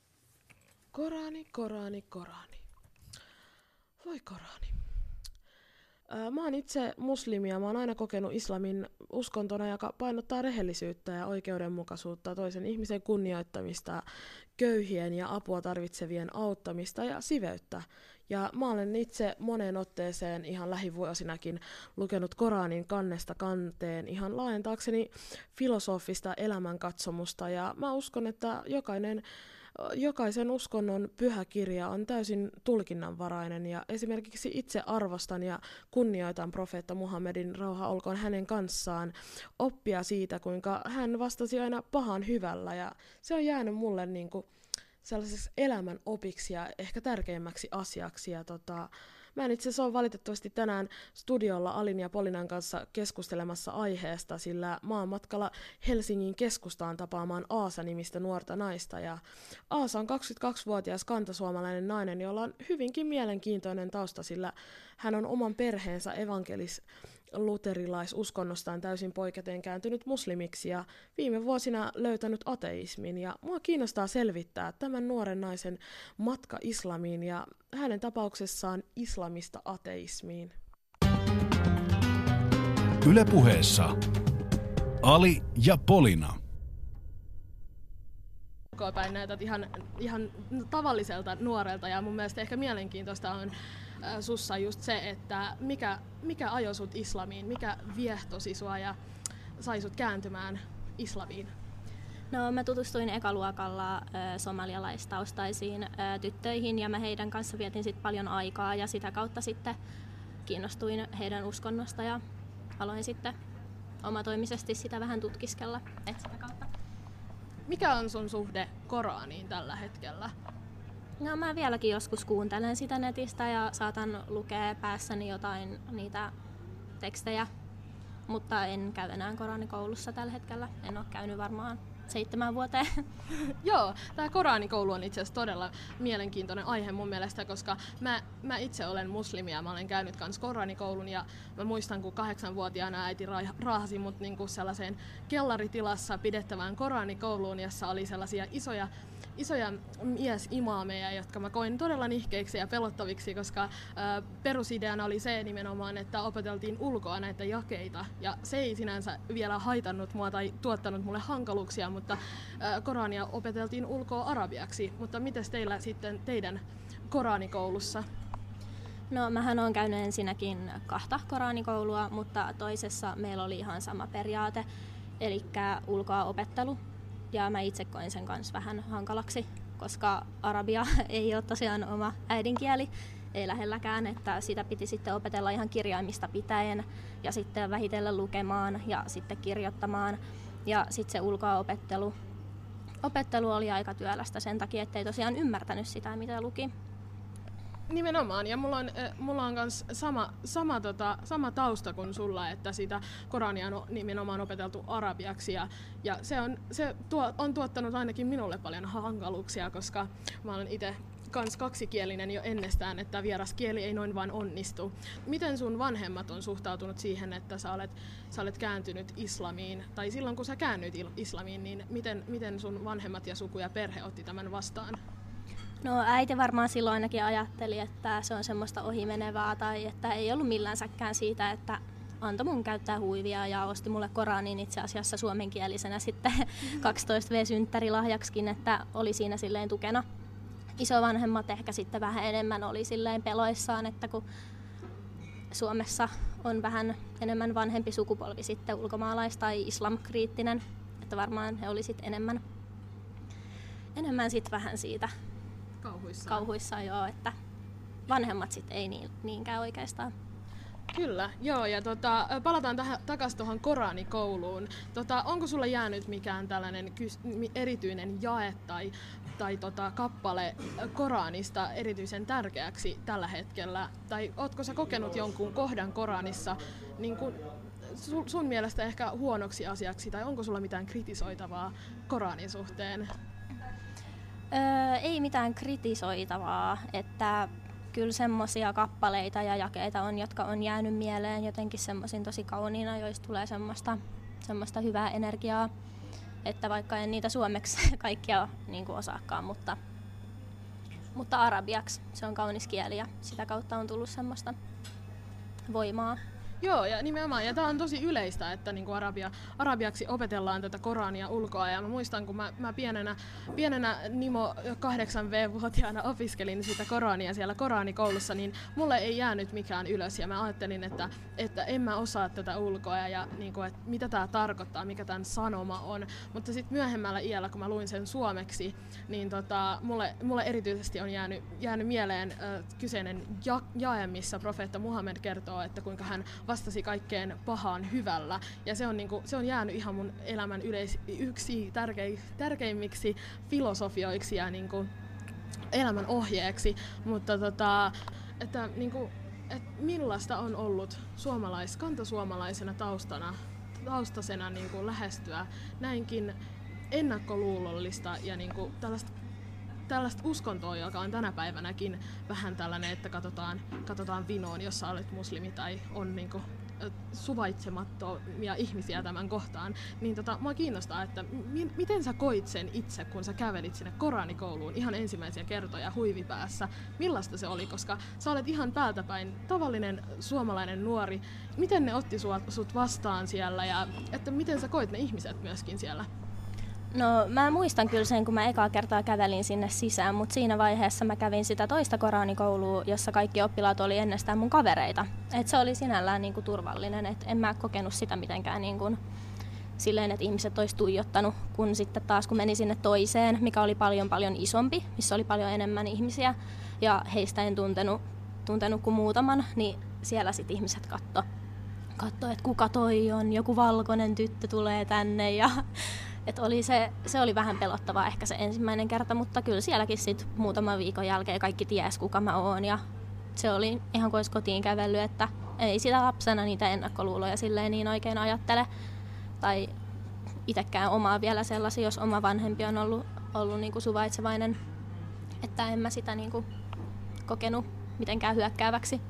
Korani, Korani, Korani. Voi Korani. Mä oon itse muslimi ja mä oon aina kokenut islamin uskontona, joka painottaa rehellisyyttä ja oikeudenmukaisuutta, toisen ihmisen kunnioittamista, köyhien ja apua tarvitsevien auttamista ja siveyttä. Ja mä olen itse moneen otteeseen ihan lähivuosinakin lukenut Koranin kannesta kanteen ihan laajentaakseni filosofista elämänkatsomusta. Ja mä uskon, että jokaisen uskonnon pyhä kirja on täysin tulkinnanvarainen ja esimerkiksi itse arvostan ja kunnioitan profeetta Muhammedin, rauha olkoon hänen kanssaan, oppia siitä, kuinka hän vastasi aina pahan hyvällä ja se on jäänyt mulle niinku sellaiseksi elämän opiksi ja ehkä tärkeimmäksi asiaksi. Ja mä en itse asiassa ole valitettavasti tänään studiolla Alin ja Polinan kanssa keskustelemassa aiheesta, sillä mä oon matkalla Helsingin keskustaan tapaamaan Aasa-nimistä nuorta naista. Ja Aasa on 22-vuotias kantasuomalainen nainen, jolla on hyvinkin mielenkiintoinen tausta, sillä hän on oman perheensä luterilaisuskonnostaan täysin poiketen kääntynyt muslimiksi ja viime vuosina löytänyt ateismin. Ja mua kiinnostaa selvittää tämän nuoren naisen matka islamiin ja hänen tapauksessaan islamista ateismiin. Yle Puheessa Ali ja Polina. Päin näytät ihan tavalliselta nuorelta ja mun mielestä ehkä mielenkiintoista on sussa just se, että mikä ajoi sut islamiin, mikä viehtosi sua ja sai sut kääntymään islamiin? No mä tutustuin ekaluokalla somalialaistaustaisiin tyttöihin ja mä heidän kanssa vietin sit paljon aikaa ja sitä kautta sitten kiinnostuin heidän uskonnosta ja aloin sitten omatoimisesti sitä vähän tutkiskella sitä kautta. Mikä on sun suhde Koraniin tällä hetkellä? No mä vieläkin joskus kuuntelen sitä netistä ja saatan lukea päässäni jotain niitä tekstejä, mutta en käy enää Koranikoulussa tällä hetkellä. En ole käynyt varmaan 7 vuoteen. Joo, tämä Koranikoulu on itse asiassa todella mielenkiintoinen aihe mun mielestä, koska mä itse olen muslimi ja mä olen käynyt kans Koranikoulun ja mä muistan, kun 8-vuotiaana äiti raahasi mut niinku sellaiseen kellaritilassa pidettävään Koranikouluun, jossa oli sellaisia isoja miesimaameja, jotka mä koin todella nihkeiksi ja pelottaviksi, koska perusideana oli se nimenomaan, että opeteltiin ulkoa näitä jakeita. Ja se ei sinänsä vielä haitannut mua tai tuottanut mulle hankaluuksia, mutta Korania opeteltiin ulkoa arabiaksi. Mutta mites teillä sitten teidän Koranikoulussa? No mähän olen käynyt ensinnäkin 2 Koranikoulua, mutta toisessa meillä oli ihan sama periaate, eli ulkoa opettelu. Ja mä itse koin sen kanssa vähän hankalaksi, koska arabia ei ole tosiaan oma äidinkieli, ei lähelläkään, että sitä piti sitten opetella ihan kirjaimista pitäen ja sitten vähitellen lukemaan ja sitten kirjoittamaan. Ja sitten se ulkoa opettelu oli aika työlästä sen takia, ettei tosiaan ymmärtänyt sitä, mitä luki. Nimenomaan, ja mulla on kans sama tausta kuin sulla, että sitä Korania on nimenomaan opeteltu arabiaksi, ja se on tuottanut ainakin minulle paljon hankaluuksia, koska mä olen itse kans kaksikielinen jo ennestään, että vieras kieli ei noin vaan onnistu. Miten sun vanhemmat on suhtautunut siihen, että sä olet kääntynyt islamiin, tai silloin kun sä käännyit islamiin, niin miten sun vanhemmat ja suku ja perhe otti tämän vastaan? No äiti varmaan silloin ainakin ajatteli, että se on semmoista ohimenevää tai että ei ollut millänsäkään siitä, että antoi mun käyttää huivia ja osti mulle Koranin itse asiassa suomenkielisenä sitten 12V-synttärilahjaksikin, että oli siinä silleen tukena. Isovanhemmat ehkä sitten vähän enemmän oli silleen peloissaan, että kun Suomessa on vähän enemmän vanhempi sukupolvi sitten ulkomaalais- tai islamkriittinen, että varmaan he oli sitten enemmän sitten vähän siitä kauhuissaan joo, että vanhemmat sitten ei niinkään oikeastaan. Kyllä, joo, ja palataan takaisin tuohon Koranikouluun. Onko sulla jäänyt mikään tällainen erityinen jae tai kappale Koranista erityisen tärkeäksi tällä hetkellä? Tai ootko sä kokenut jonkun kohdan Koranissa niin kuin sun mielestä ehkä huonoksi asiaksi, tai onko sulla mitään kritisoitavaa Koranin suhteen? Ei mitään kritisoitavaa, että kyllä semmoisia kappaleita ja jakeita on, jotka on jäänyt mieleen jotenkin semmoisin tosi kauniina, joista tulee semmoista hyvää energiaa, että vaikka en niitä suomeksi kaikkia niin kuin osaakaan, mutta arabiaksi se on kaunis kieli ja sitä kautta on tullut semmoista voimaa. Joo, ja nimenomaan, ja tämä on tosi yleistä, että niinku arabiaksi opetellaan tätä Korania ulkoa, ja mä muistan, kun mä pienenä Nimo 8V-vuotiaana opiskelin sitä Korania siellä Koranikoulussa, niin mulle ei jäänyt mikään ylös, ja mä ajattelin, että en mä osaa tätä ulkoa, ja niinku, että mitä tämä tarkoittaa, mikä tämän sanoma on, mutta sitten myöhemmällä iällä, kun mä luin sen suomeksi, niin mulle erityisesti on jäänyt mieleen kyseinen jae, missä profeetta Muhammed kertoo, että kuinka hän vastasi kaikkeen pahaan hyvällä. Ja se on jäänyt ihan mun elämän yksi tärkeimmiksi filosofioiksi ja niinku elämän ohjeeksi. Mutta että millaista on ollut kantasuomalaisena taustasena niinku lähestyä näinkin ennakkoluulollista ja niinku tällaista uskontoa, joka on tänä päivänäkin vähän tällainen, että katsotaan vinoon, jos sä olet muslimi tai on niinku suvaitsemattomia ihmisiä tämän kohtaan, niin mua kiinnostaa, että miten sä koit sen itse, kun sä kävelit sinne Koranikouluun ihan ensimmäisiä kertoja huivipäässä. Millaista se oli, koska sä olet ihan päältäpäin tavallinen suomalainen nuori. Miten ne otti sut vastaan siellä ja että miten sä koit ne ihmiset myöskin siellä? No mä muistan kyllä sen, kun mä ekaa kertaa kävelin sinne sisään, mutta siinä vaiheessa mä kävin sitä toista Koranikoulua, jossa kaikki oppilaat oli ennestään mun kavereita. Et se oli sinällään niinku turvallinen, et en mä kokenut sitä mitenkään niinku silleen, että ihmiset olisi tuijottanut, kun sitten taas kun meni sinne toiseen, mikä oli paljon isompi, missä oli paljon enemmän ihmisiä ja heistä en tuntenut kuin muutaman, niin siellä sitten ihmiset katsoi, että kuka toi on, joku valkoinen tyttö tulee tänne ja että se oli vähän pelottavaa ehkä se ensimmäinen kerta, mutta kyllä sielläkin sitten muutaman viikon jälkeen kaikki ties kuka mä oon ja se oli ihan kuin olisi kotiin kävellyt, että ei sitä lapsena niitä ennakkoluuloja silleen niin oikein ajattele tai itsekään omaa vielä sellaisia, jos oma vanhempi on ollut niin kuin suvaitsevainen, että en mä sitä niin kuin kokenut mitenkään hyökkääväksi.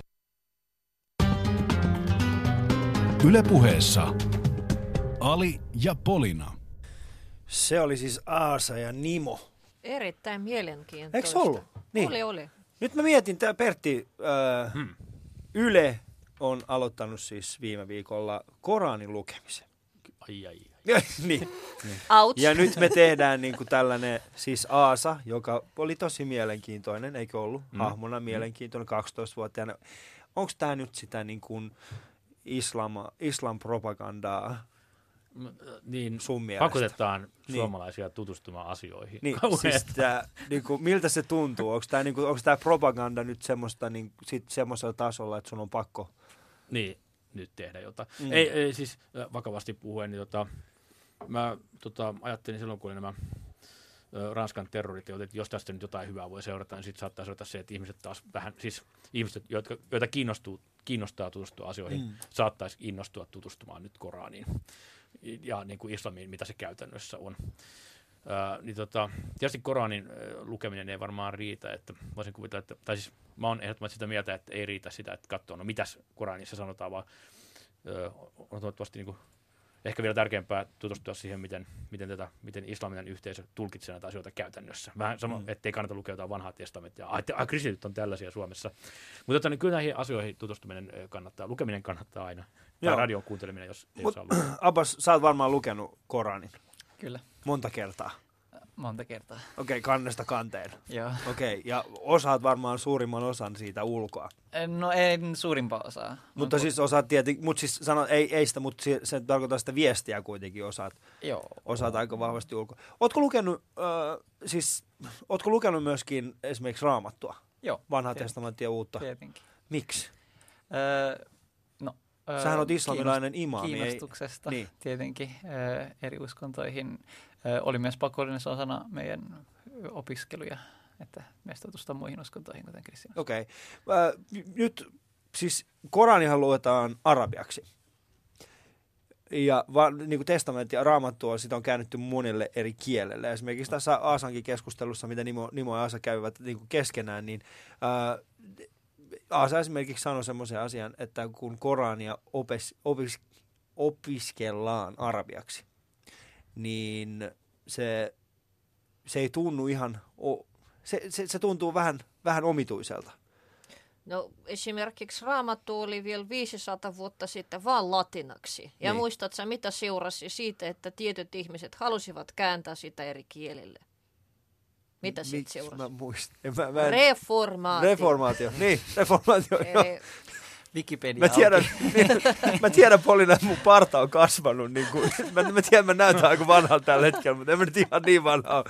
Yle Puheessa Ali ja Polina. Se oli siis Aasa ja Nimo. Erittäin mielenkiintoista. Eikö ollut? Niin. Oli. Nyt mä mietin, Pertti, Yle on aloittanut siis viime viikolla Koranin lukemisen. Ai. Niin. Ouch. Ja nyt me tehdään niin kuin tällainen, siis Aasa, joka oli tosi mielenkiintoinen, eikö ollut? Hahmona mielenkiintoinen, 12-vuotiaana. Onko tämä nyt sitä niin kuin islam propagandaa niin sun mielestä? Pakotetaan suomalaisia tutustumaan asioihin. Niin, siis niin kuin, miltä se tuntuu? Onko tämä propaganda nyt semmoisella tasolla, että sun on pakko? Niin, nyt tehdä jotain. Ei siis vakavasti puhuen, niin mä ajattelin silloin, kun oli nämä Ranskan terroriteot, että jos tästä nyt jotain hyvää voi seurata, niin sitten saattaa seurata se, että ihmiset taas vähän, siis ihmiset, joita kiinnostaa tutustua asioihin, saattaisi innostua tutustumaan nyt Koraniin ja niin kuin islamiin, mitä se käytännössä on. Tietysti Koranin lukeminen ei varmaan riitä, että voisin kuvitella, tai siis mä oon ehdottomasti sitä mieltä, että ei riitä sitä, että katsoo, no mitäs Koranissa sanotaan, vaan on toivottavasti niin kuin ehkä vielä tärkeämpää tutustua siihen, miten islaminen yhteisö tulkitsee näitä asioita käytännössä. Vähän sama, ettei kannata lukea jotain vanhaa testamenttia. Kristityt on tällaisia Suomessa. Mutta niin kyllä näihin asioihin tutustuminen kannattaa. Lukeminen kannattaa aina. Tai radion kuunteleminen, jos ei osaa lukea. Abbas, sä oot varmaan lukenut Koranin. Kyllä. Monta kertaa. Monta kertaa. Okei, kannesta kanteen. Joo. Okei, ja osaat varmaan suurimman osan siitä ulkoa. No en suurimpaa osaa. Mutta siis osaat tietenkin, mutta siis sanot, ei sitä, mutta se tarkoittaa sitä viestiä kuitenkin osaat. Joo. Osaat aika vahvasti ulkoa. Ootko lukenut myöskin esimerkiksi Raamattua? Joo. Vanhaa testamenttia ja uutta? Tietenkin. Miksi? Sähän oot islamilainen imaami. Kiinnostuksesta tietenkin eri uskontoihin. Oli myös pakollinen osana meidän opiskeluja, että myös tutustua muihin uskontoihin, kuten kristinuskoon. Okei. Nyt siis Koranihan luetaan arabiaksi. Ja niin kuin testamentti ja Raamattua sitä on käännetty monelle eri kielelle. Esimerkiksi tässä Aasankin keskustelussa, mitä Nimo ja Aasa käyvät niin kuin keskenään, niin Aasa esimerkiksi sanoi semmoisen asian, että kun Korania opiskellaan arabiaksi, niin se ei tunnu ihan, se tuntuu vähän omituiselta. No esimerkiksi Raamattu oli vielä 500 vuotta sitten vaan latinaksi. Ja muistatko mitä seurasi siitä, että tietyt ihmiset halusivat kääntää sitä eri kielille? Mitä siitä seurasi? Mä muistan. Reformaatio. Niin, reformaatio. Wikipedia. Mä tiedän Polina, että mun parta on kasvanut. Niin kuin, mä tiedän, mä näytän aika vanhalta tällä hetkellä, mutta en mä nyt ihan niin vanhaa.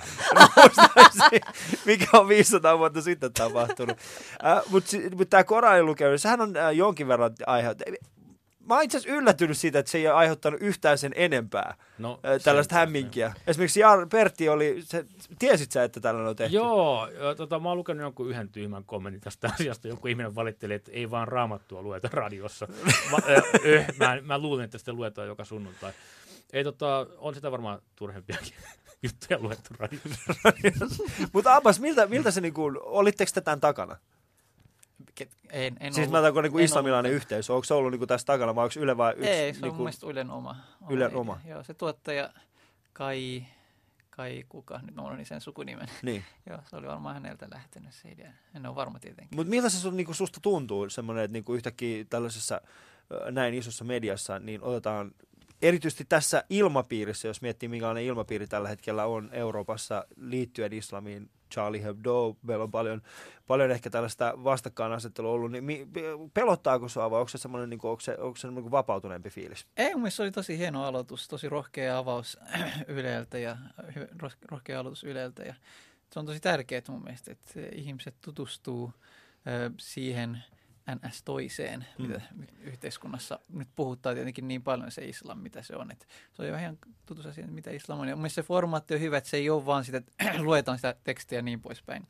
Mikä on 500 vuotta sitten tapahtunut. Mutta tämä Koranin lukeminen, sehän on jonkin verran aiheuttanut. Mä oon itse asiassa yllättynyt siitä, että se ei ole aiheuttanut yhtään sen enempää tällaista hämminkiä. Esimerkiksi Pertti tiesit sä, että tällainen on tehty? Joo, mä oon lukenut jonkun yhden tyhmän kommentin tästä asiasta. Joku ihminen valitteli, että ei vaan Raamattua lueta radiossa. Mä luulen, että sitä luetaan joka sunnuntai. Ei, on sitä varmaan turhempiakin juttuja luettu radiossa. Mutta Abbas, miltä se olitteko te tämän takana? En siis mä tarkoitan niin islamilainen yhteisö. Onko se ollut niin tässä takana vai onko Yle vai yksi? Ei, se on mun mielestä Ylen oma. Ylen oma. Joo, se tuottaja Kai kuka nyt on sen sukunimen. Niin. Joo, se oli varmaan häneltä lähtenyt se idea. En ole varma tietenkin. Mutta miltä se susta tuntuu semmoinen, että yhtäkkiä tällaisessa näin isossa mediassa niin otetaan erityisesti tässä ilmapiirissä, jos miettii minkälainen ilmapiiri tällä hetkellä on Euroopassa liittyen islamiin, Charlie Hebdo, meillä on paljon ehkä tällaista vastakkainasettelua ollut, niin pelottaako sua vai onko se semmoinen niin vapautuneempi fiilis? Ei, mun mielestä se oli tosi hieno aloitus, tosi rohkea avaus Yleltä ja rohkea aloitus Yleltä ja se on tosi tärkeää mun mielestä, että ihmiset tutustuu siihen NS-toiseen, mitä yhteiskunnassa nyt puhuttaa tietenkin niin paljon se islam, mitä se on. Että se on vähän tutustua siihen, mitä islam on. Ja mun mielestä se formaatti on hyvä, että se ei ole vaan sitä, että luetaan sitä tekstiä ja niin poispäin.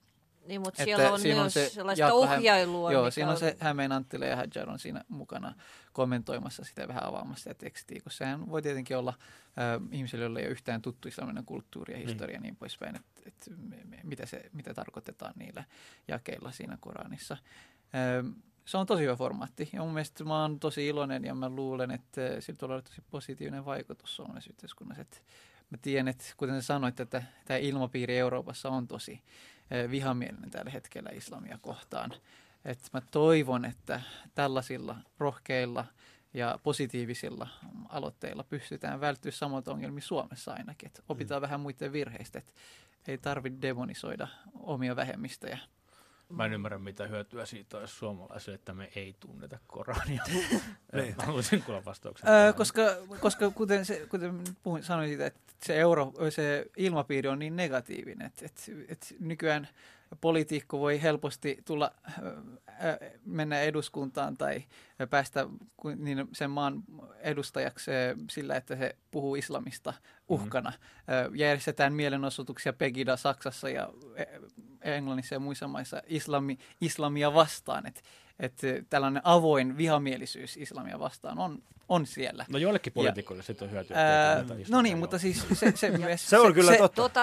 Niin, mutta siellä on myös sellaista ohjailua. Joo, siinä on se Hämeen Anttila ja Hadjar on siinä mukana kommentoimassa sitä, vähän avaamassa sitä tekstiä, kun sehän voi tietenkin olla ihmisille, joilla ei ole yhtään tuttu islamilainen kulttuuri ja historia ja niin poispäin, että mitä tarkoitetaan niillä jakeilla siinä Koranissa. Se on tosi hyvä formaatti ja mun mielestä mä oon tosi iloinen ja mä luulen, että sillä tulee olla tosi positiivinen vaikutus suomalaisessa yhteiskunnassa. Mä tiedän, että kuten sanoit, että tämä ilmapiiri Euroopassa on tosi vihamielinen tällä hetkellä islamia kohtaan. Et mä toivon, että tällaisilla rohkeilla ja positiivisilla aloitteilla pystytään välttyä samoilta ongelmia Suomessa ainakin. Et opitaan vähän muiden virheistä, että ei tarvitse demonisoida omia vähemmistöjä. Mä en ymmärrä, mitä hyötyä siitä olisi suomalaisille, että me ei tunneta Korania. Mä haluaisin kuulla vastauksen. Koska kuten sanoin siitä, että se ilmapiiri on niin negatiivinen, että nykyään poliitikko voi helposti tulla, mennä eduskuntaan tai päästä sen maan edustajaksi sillä, että se puhuu islamista uhkana. Järjestetään mielenosoituksia Pegida Saksassa ja Englannissa ja muissa maissa islamia vastaan. Että tällainen avoin vihamielisyys islamia vastaan on siellä. No joillekin poliitikoille se on hyötyä. No niin, mutta siis se on kyllä totta.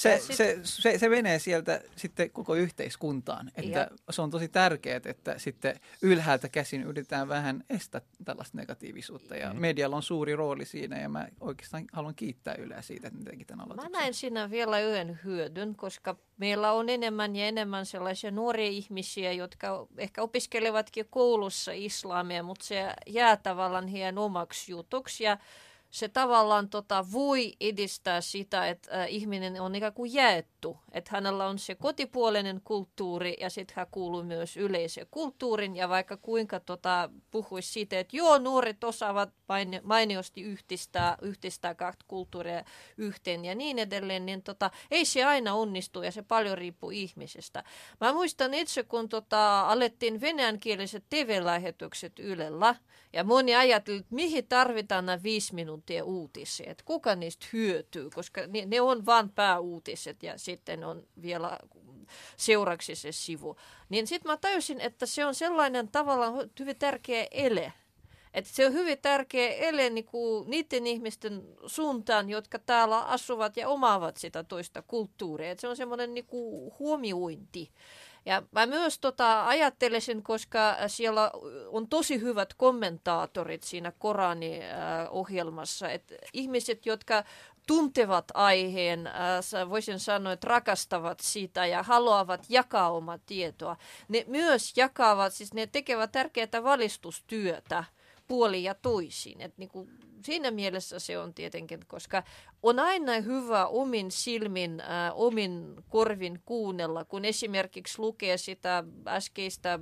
Se menee sieltä sitten koko yhteiskuntaan. Että se on tosi tärkeää, että sitten ylhäältä käsin yritetään vähän estää tällaista negatiivisuutta. Ja medialla on suuri rooli siinä ja mä oikeastaan haluan kiittää Yleä siitä, että ne teki tämän aloituksen. Mä näen siinä vielä yhden hyödyn, koska meillä on enemmän ja enemmän sellaisia nuoria ihmisiä, jotka ehkä opiskelevatkin koulussa islamia, mutta se jää tavallaan heidän omaksi jutuksi ja se tavallaan voi edistää sitä, että ihminen on ikään kuin jaettu, että hänellä on se kotipuolinen kulttuuri ja sitten hän kuuluu myös yleiseen kulttuurin ja vaikka kuinka puhuisi siitä, että joo, nuoret osaavat mainiosti yhdistää kahta kulttuuria yhteen ja niin edelleen, niin ei se aina onnistu ja se paljon riippuu ihmisestä. Mä muistan itse, kun alettiin venäjänkieliset TV-lähetykset Ylellä ja moni ajatteli, että mihin tarvitaan nämä 5 minuuttia uutisia, että kuka niistä hyötyy, koska ne on vain pääuutiset ja sitten on vielä seuraksi se sivu. Niin sitten mä tajusin, että se on sellainen tavallaan hyvin tärkeä ele. Että se on hyvin tärkeä ele niiden ihmisten suuntaan, jotka täällä asuvat ja omaavat sitä toista kulttuuria. Että se on semmoinen huomiointi. Ja mä myös ajattelisin, koska siellä on tosi hyvät kommentaatorit siinä Korani-ohjelmassa, että ihmiset, jotka tuntevat aiheen, voisin sanoa, että rakastavat sitä ja haluavat jakaa omaa tietoa, ne myös jakavat, siis ne tekevät tärkeää valistustyötä puolin ja toisin. Et siinä mielessä se on tietenkin, koska on aina hyvä omin silmin, omin korvin kuunnella, kun esimerkiksi lukee sitä äskeistä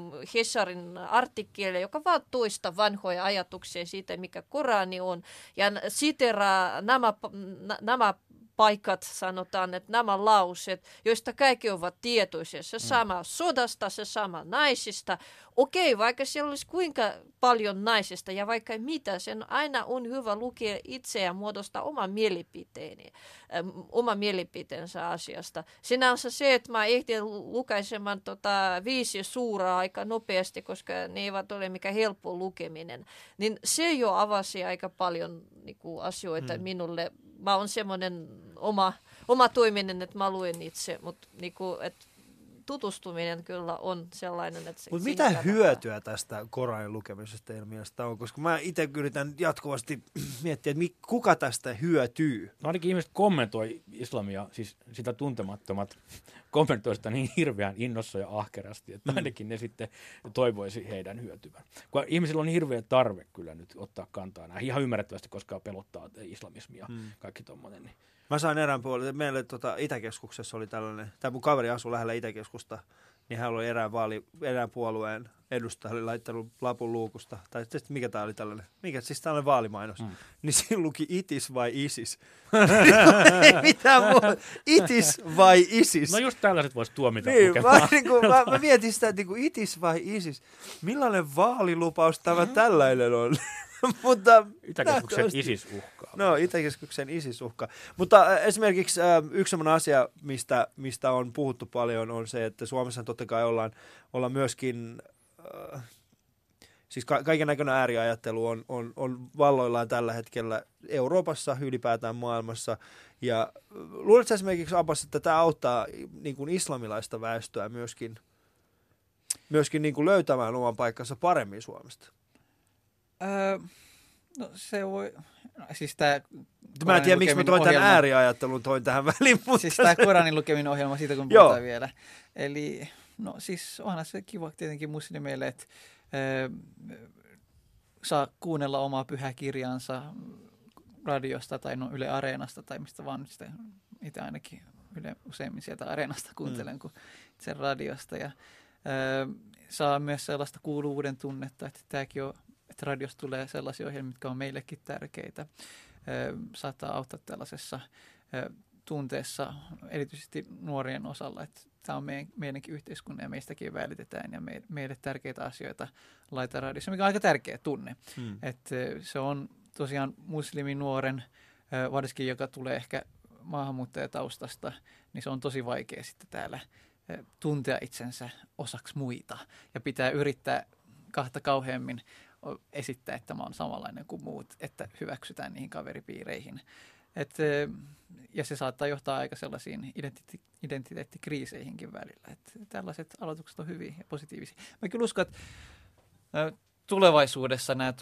Hesarin artikkelia, joka vaan toista vanhoja ajatuksia siitä, mikä Korani on, ja siteraa nämä paikat, sanotaan, että nämä lauseet, joista kaikki ovat tietoisia, se sama sodasta, se sama naisista. Okei, vaikka siellä olisi kuinka paljon naisista ja vaikka mitä, sen aina on hyvä lukea itse ja muodostaa oma mielipiteensä asiasta. Sinänsä se, että mä ehdin lukaisemaan 5 suuraa aika nopeasti, koska ne eivät ole mikään helppo lukeminen, niin se jo avasi aika paljon asioita minulle. Mä oon semmoinen oma toiminen, että mä luen itse, mutta tutustuminen kyllä on sellainen, että se... Mutta mitä hyötyä tästä Koranin lukemisesta teidän mielestä on? Koska mä itse yritän jatkuvasti miettiä, että kuka tästä hyötyy? No ainakin ihmiset kommentoi islamia, siis sitä tuntemattomat kommentoi sitä niin hirveän innossa ja ahkerasti, että ainakin ne sitten toivoisi heidän hyötyvän. Kun ihmisillä on hirveä tarve kyllä nyt ottaa kantaa näin, ihan ymmärrettävästi, koska pelottaa islamismia kaikki tommoinen. Niin. Mä sain erään puolelle, meille Itäkeskuksessa oli tällainen, tämä mun kaveri asui lähellä Itäkeskusta, niin hän oli erään puolueen edustaja, oli laittanut lapun luukusta, tai sitten mikä tämä oli tällainen, siis tällainen vaalimainos, niin siinä luki itis vai isis. Ei mitään muuta, itis vai isis. No just tällaiset voisi tuomita niin, lukemaan. Mä mietin sitä, että itis vai isis, millainen vaalilupaus tämä tällainen on? Mutta Itäkeskuksen ISIS-uhkaa. No, Itäkeskuksen ISIS-uhka. Mutta esimerkiksi yksi sellainen asia, mistä on puhuttu paljon, on se, että Suomessa totta kai ollaan myöskin, siis kaiken näköinen ääriajattelu on valloillaan tällä hetkellä Euroopassa, ylipäätään maailmassa. Ja luuletko esimerkiksi, Abbas, että tämä auttaa niin kuin islamilaista väestöä myöskin niin kuin löytämään oman paikkansa paremmin Suomesta? No se voi, siis tämä... Mä en tiedä, miksi mä toin tämän ääriajattelun tähän väliin, mutta... Siis tämä Koranin lukeminen ohjelma, siitä kun puhutaan vielä. Eli, no siis onhan se kiva tietenkin muslimeille, että saa kuunnella omaa pyhäkirjansa radiosta tai Yle Areenasta tai mistä vaan nyt sitä, itse ainakin useimmin sieltä Areenasta kuuntelen kuin sen radiosta. Ja saa myös sellaista kuuluvuuden tunnetta, että tämäkin on, että radiosta tulee sellaisia ohjelmia, mitkä on meillekin tärkeitä. Saattaa auttaa tällaisessa tunteessa, erityisesti nuorien osalla, että tämä on meidänkin yhteiskunnan ja meistäkin välitetään ja meille tärkeitä asioita laitetaan radiossa, mikä on aika tärkeä tunne. Että se on tosiaan musliminuoren, varsinkin joka tulee ehkä maahanmuuttajataustasta, niin se on tosi vaikea sitten täällä tuntea itsensä osaksi muita ja pitää yrittää kahta kauheammin esittää, että mä oon samanlainen kuin muut, että hyväksytään niihin kaveripiireihin. Ja se saattaa johtaa aika sellaisiin identiteettikriiseihinkin välillä. Että tällaiset aloitukset on hyviä ja positiivisia. Mä kyllä uskon, että tulevaisuudessa tämä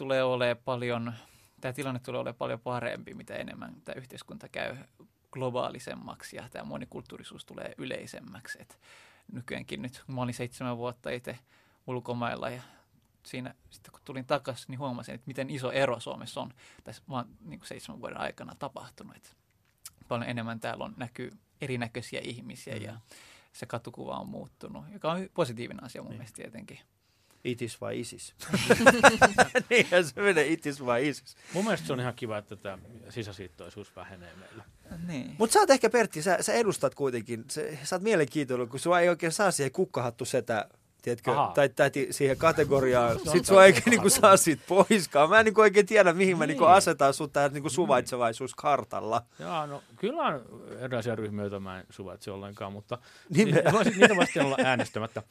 tilanne tulee olemaan paljon parempi, mitä enemmän tämä yhteiskunta käy globaalisemmaksi ja tämä monikulttuurisuus tulee yleisemmäksi. Et nykyäänkin nyt, kun mä olin 7 vuotta itse ulkomailla ja siinä sitten kun tulin takaisin, niin huomasin, että miten iso ero Suomessa on tässä vaan niin kuin 7 vuoden aikana tapahtunut. Et paljon enemmän täällä näkyy erinäköisiä ihmisiä ja se katukuva on muuttunut, joka on positiivinen asia mun mielestä tietenkin. Itis vai ISIS? Niinhän se menee, itis vai ISIS. Mun mielestä se on ihan kiva, että tämä sisäsiittoisuus vähenee meillä. Niin. Mutta sä oot ehkä, Pertti, sä edustat kuitenkin, sä oot mielenkiintoinen, kun sua ei oikein saa siihen kukkahattu setä, tiedätkö, tai siihen kategoriaan. Sitten sua ei niinku saa siitä poiskaan. Mä en niinku oikein tiedä, mihin mä niinku asetan sut tähän niinku suvaitsevaisuuskartalla. Joo, no kyllä on erilaisia ryhmiä, joita mä en suvaitse ollenkaan, mutta niitä vasta olla äänestämättä.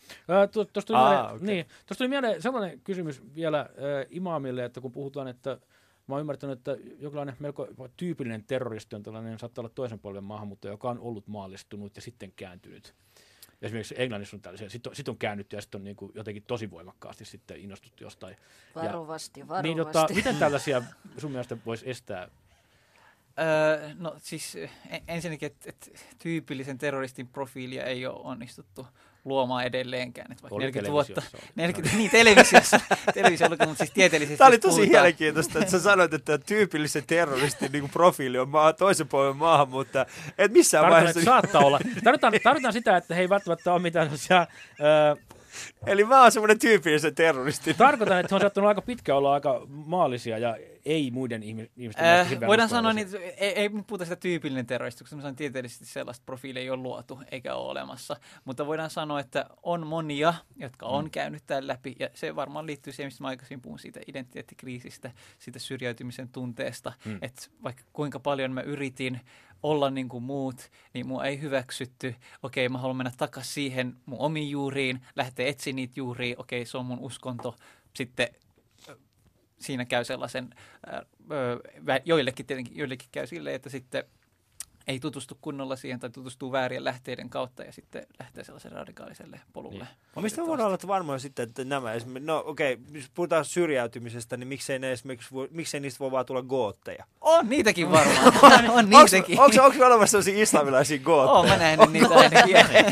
Tuosta tuli mieleen sellainen kysymys vielä imaamille, että kun puhutaan, että mä oon ymmärtänyt, että jokinlainen melko tyypillinen terroristi on tällainen, saattaa olla toisen polven maahanmuuttaja, joka on ollut maallistunut ja sitten kääntynyt. Esimerkiksi Englannissa on tällaisia, sit on käännytty ja sitten on niin kuin jotenkin tosi voimakkaasti sitten innostuttu jostain. Varovasti. Niin, miten tällaisia sun mielestä voisi estää? No siis ensinnäkin, että tyypillisen terroristin profiilia ei ole onnistuttu luomaan edelleenkään. Että vaikka 40 vuotta. Niin, televisiossa, mutta siis tieteellisesti. Tämä oli tosi mielenkiintoista, että sä sanoit, että tyypillisen terroristin niin profiili on toisen puolen maahanmuuttaja. Et missään vaiheessa... Saattaa olla. Tarvitaan sitä, että he ei välttämättä ole mitään sellaisia... Eli mä oon semmoinen tyypillisen terroristi. Tarkoitan, että he on saattanut aika pitkä olla aika maallisia ja ei muiden ihmisten voidaan sanoa, että ei puhuta sitä tyypillinen terroristi, koska sanoin, tieteellisesti sellaista profiilia ei ole luotu eikä ole olemassa. Mutta voidaan sanoa, että on monia, jotka on käynyt tämän läpi ja se varmaan liittyy siihen, mistä mä aikaisemmin puhun siitä identiteettikriisistä, siitä syrjäytymisen tunteesta, että vaikka kuinka paljon mä yritin olla niin kuin muut, niin mua ei hyväksytty. Okei, mä haluan mennä takaisin siihen mun omiin juuriin, lähteä etsiä niitä juuria. Okei, se on mun uskonto. Sitten siinä käy sellaisen, joillekin käy silleen, että sitten ei tutustu kunnolla siihen tai tutustuu väärien lähteiden kautta ja sitten lähtee sellaisen radikaaliselle polulle. Niin. Mistä voidaan olla varmoja sitten, että nämä esimerkiksi, no okei, jos puhutaan syrjäytymisestä, niin miksei niistä voi vaan tulla gootteja? On niitäkin varmaan. on niitäkin. Onko olemassa sellaisia islamilaisia gootteja? Olen mä nähnyt niitä ainakin.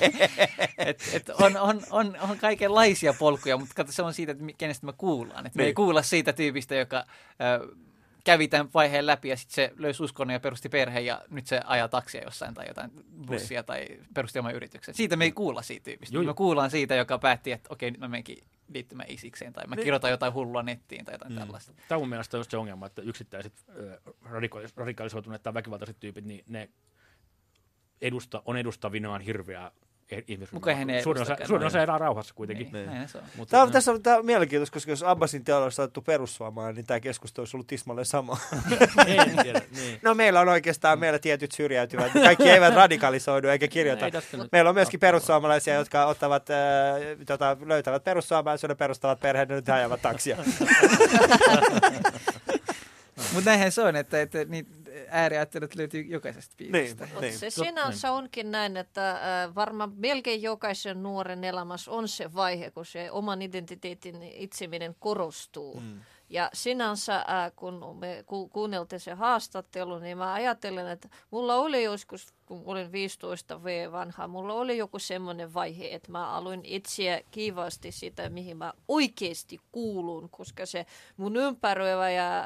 On kaikenlaisia polkuja, mutta katso, se on siitä, että kenestä me kuullaan. Että me ei kuulla siitä tyypistä, joka... kävi tämän vaiheen läpi ja sitten se löysi uskonnon ja perusti perheen ja nyt se ajaa taksia jossain tai jotain bussia tai perusti oman yrityksen. Siitä me ei kuulla siitä tyypistä. Me kuullaan siitä, joka päätti, että okei, nyt mä menenkin liittymään isikseen tai mä kirjoitan jotain hullua nettiin tai jotain tällaista. Tämä on mun mielestä just se ongelma, että yksittäiset radikalisoituneet tai väkivaltaiset tyypit, niin ne on edustavinaan hirveää ihmisryhmää. Suurin osa elää rauhassa kuitenkin. Näin se on. Mutta, Tässä on tämä mielenkiintoista, koska jos Abbasin teolla olisi saatu perussuomaan, niin tämä keskustelu olisi ollut tismalleen sama. en tiedä, niin. No meillä on oikeastaan, meillä tietyt syrjäytyvät, kaikki eivät radikalisoidu eikä kirjoita. Meillä on myöskin perussuomalaisia, jotka ottavat, löytävät perussuomalaisuuden, perustavat perheen ja nyt ajavat taksia. Mutta näinhän se on, että niin ääriajattelut löytyy jokaisesta piiristä. Niin. Se sinänsä onkin näin, että varmaan melkein jokaisen nuoren elämässä on se vaihe, kun se oman identiteetin itseminen korostuu. Ja sinänsä, kun me kuunneltiin se haastattelu, niin mä ajattelen, että mulla oli joskus, kun olin 15 V vanha, mulla oli joku semmoinen vaihe, että mä aloin etsiä kiivaasti sitä, mihin mä oikeasti kuulun, koska se mun ympäröivä ja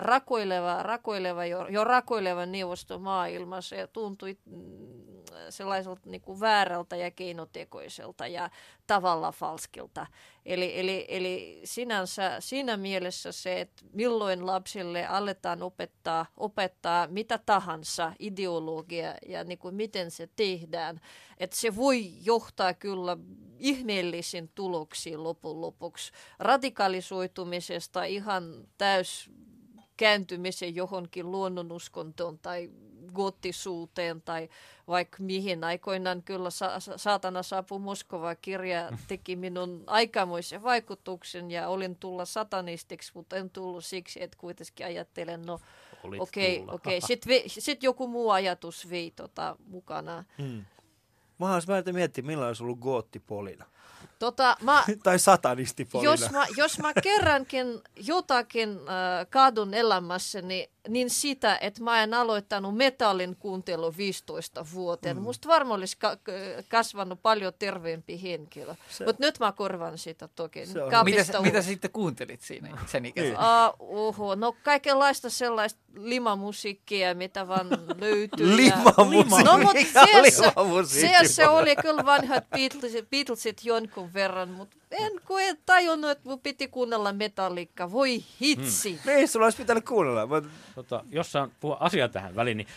rakoileva neuvostomaailma, se tuntui sellaiselta niin kuin väärältä ja keinotekoiselta ja tavalla falskilta. Eli sinänsä siinä mielessä se, että milloin lapsille aletaan opettaa mitä tahansa ideologia ja niin kuin miten se tehdään, että se voi johtaa kyllä ihmeellisiin tuloksiin lopun lopuksi radikalisoitumisesta ihan kääntymisen johonkin luonnonuskontoon tai gottisuuteen tai vaikka mihin. Aikoinaan kyllä Saatana saapui Moskovaan -kirja teki minun aikamoisen vaikutuksen ja olin tulla satanistiksi, mutta en tullut siksi, että kuitenkin ajattelen, no okei. Sitten joku muu ajatus vei mukana. Mä oon miettiä, millainen olisi ollut goottipolina. Tai satanistipolina. Jos mä kerrankin jotakin kadun elämässäni, niin sitä, että mä en aloittanut metallin kuuntelu 15 vuoteen. Musta varmaan olisi kasvanut paljon terveempi henkilö. Mutta nyt mä korvan sitä toki. Mitä sitten kuuntelit siinä sen ikäisenä? No kaikenlaista sellaista limamusiikkia, mitä vaan löytyy. Limamusiikkia? No mutta se oli kyllä vanhat Beatlesit jonkun verran, mutta en tajunnut, että mun piti kuunnella Metallica. Voi hitsi. Ei, sulla olisi pitänyt kuunnella. Jos saan puhua asiaa tähän väliin, niin...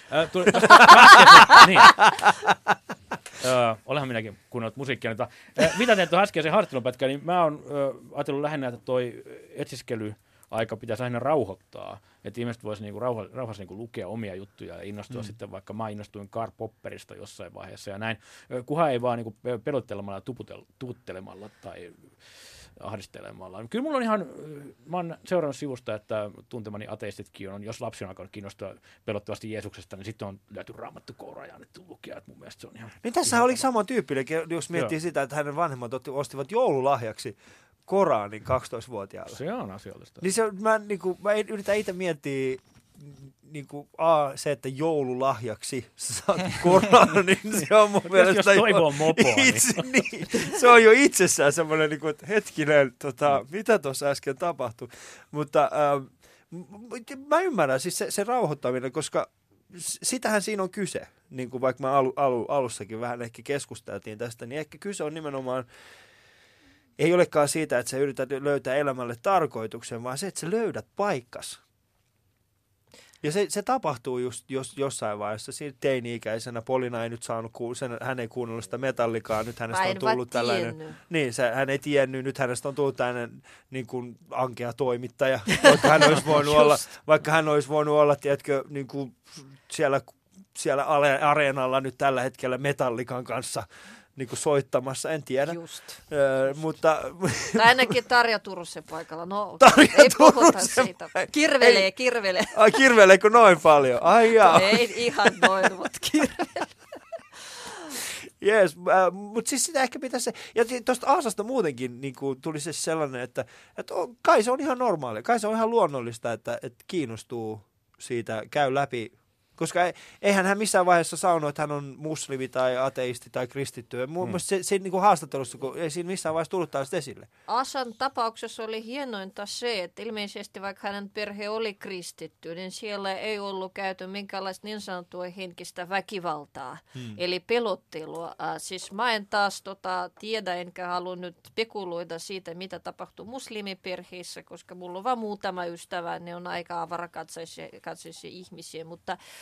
Olehan minäkin kuunnellut musiikkia. Mitä teet tuon äskeisen harjoittelupätkään, niin mä oon ajatellut lähinnä, että toi etsiskelyaika pitäisi aina rauhoittaa. Että ihmiset voisi niinku rauhassa niinku lukea omia juttuja ja innostua sitten, vaikka mä innostuin Karl Popperista jossain vaiheessa ja näin. Kunhan ei vaan niinku pelottelemalla ja tuputtelemalla tai ahdistelemalla. Kyllä mulla on ihan, mä oon seurannut sivusta, että tuntemani ateistitkin on, jos lapsi on alkanut kiinnostua pelottavasti Jeesuksesta, niin sitten on löyty Raamattu kouraan ja annettu lukea, että mun mielestä se on ihan... Niin tässä oli sama tyyppinen, jos miettii sitä, että hänen vanhemmat ostivat joululahjaksi Koranin 12-vuotiaalle. Se on asiallista. Niin mä yritän itse miettiä se, että joululahjaksi saat Koranin, niin se on mun mielestä... Jos toivoo mopoa, niin. Se on jo itsessään semmoinen, että hetkinen, mitä tuossa äsken tapahtui. Mutta mä ymmärrän siis se rauhoittaminen, koska sitähän siinä on kyse. Niin kuin vaikka mä alussakin vähän ehkä keskusteltiin tästä, niin ehkä kyse on nimenomaan ei olekaan siitä, että sä yrität löytää elämälle tarkoituksen, vaan se, että sä löydät paikkas. Ja se tapahtuu just jossain vaiheessa. Siinä teini-ikäisenä Polina ei nyt saanut, hän ei kuunnellut sitä Metallicaa, nyt hänestä on tullut tällainen... Niin, hän ei tiennyt, nyt hänestä on tullut tällainen niin kuin ankea toimittaja, vaikka hän olisi voinut olla, tiedätkö, niin kuin siellä areenalla nyt tällä hetkellä Metallican kanssa niin kuin soittamassa, en tiedä. Just. Mutta... Tai ainakin Tarja Turusen paikalla. No, Tarja ei puhuta Turusen siitä. Kirvelee. Ai, kirveleekö noin paljon? Ai jaa. Ei ihan noin, mutta kirvelee. Jees, mutta siis sitä ehkä pitäisi... Ja tuosta Aasasta muutenkin niin kuin tuli se sellainen, että kai se on ihan normaalia, kai se on ihan luonnollista, että kiinnostuu siitä, käy läpi. Koska eihän hän missään vaiheessa sanonut, että hän on muslimi tai ateisti tai kristitty. Mun mielestä se niin kuin haastattelussa, kun ei siinä missään vaiheessa tullut tällaista esille. Asan tapauksessa oli hienointa se, että ilmeisesti vaikka hänen perhe oli kristitty, niin siellä ei ollut käyty minkäänlaista niin sanottua henkistä väkivaltaa, eli pelottelua. Siis mä en taas tiedä, enkä halua nyt spekuloida siitä, mitä tapahtuu muslimiperheissä, koska mulla on vaan muutama ystävä, ne on aika avarakatseisia ihmisiä, mutta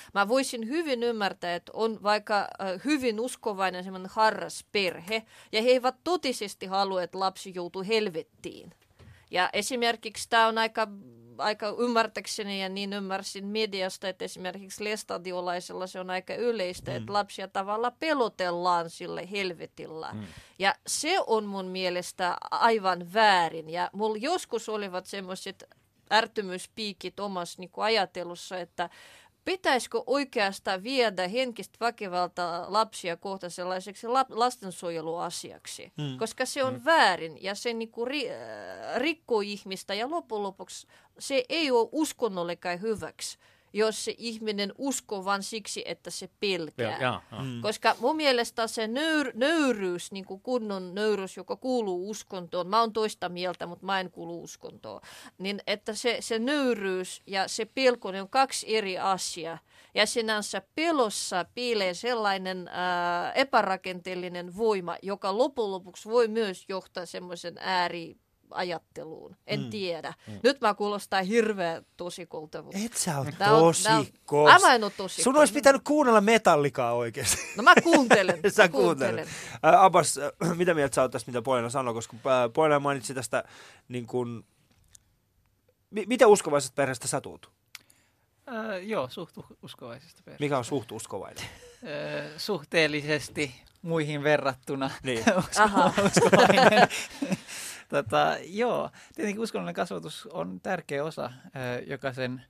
mä voisin hyvin ymmärtää, että on vaikka hyvin uskovainen semmoinen harrasperhe, ja he eivät totisesti halua, että lapsi joutuu helvettiin. Ja esimerkiksi tämä on aika ymmärtäkseni ja niin ymmärsin mediasta, että esimerkiksi lestadiolaisella se on aika yleistä, että lapsia tavallaan pelotellaan sille helvetillä. Ja se on mun mielestä aivan väärin. Ja mulla joskus olivat semmoiset ärtymyspiikit omassa niin kuin ajatelussa, että pitäisikö oikeastaan viedä henkistä väkivaltaa lapsia kohta sellaiseksi lastensuojeluasiaksi, koska se on väärin ja se niinku rikkoo ihmistä ja loppujen lopuksi se ei ole uskonnollekaan hyväksi, jos se ihminen uskoo vain siksi, että se pelkää. Koska mun mielestä se nöyryys, niin kuin kunnon nöyryys, joka kuuluu uskontoon, mä oon toista mieltä, mutta mä en kuulu uskontoon, niin että se nöyryys ja se pelko, ne on kaksi eri asiaa. Ja sinänsä pelossa piilee sellainen epärakenteellinen voima, joka lopun lopuksi voi myös johtaa semmoisen ajatteluun. En tiedä. Nyt mä kuulostaa hirveän tosikolta. Et sä ole tosikos. Mä en ole tosikos. Sun olisi pitänyt kuunnella Metallicaa oikeasti. No mä kuuntelen. Sä kuuntelen. Abbas, mitä mieltä sä oot tästä, mitä Polina sanoi? Koska Polina mainitsi tästä, niin kuin, mitä uskovaisesta perheestä sä tuut? Joo, suht uskovaisesta perheestä. Mikä on suht uskovainen? Suhteellisesti muihin verrattuna niin. uskovainen. Joo, tietenkin uskonnollinen kasvatus on tärkeä osa jokaisen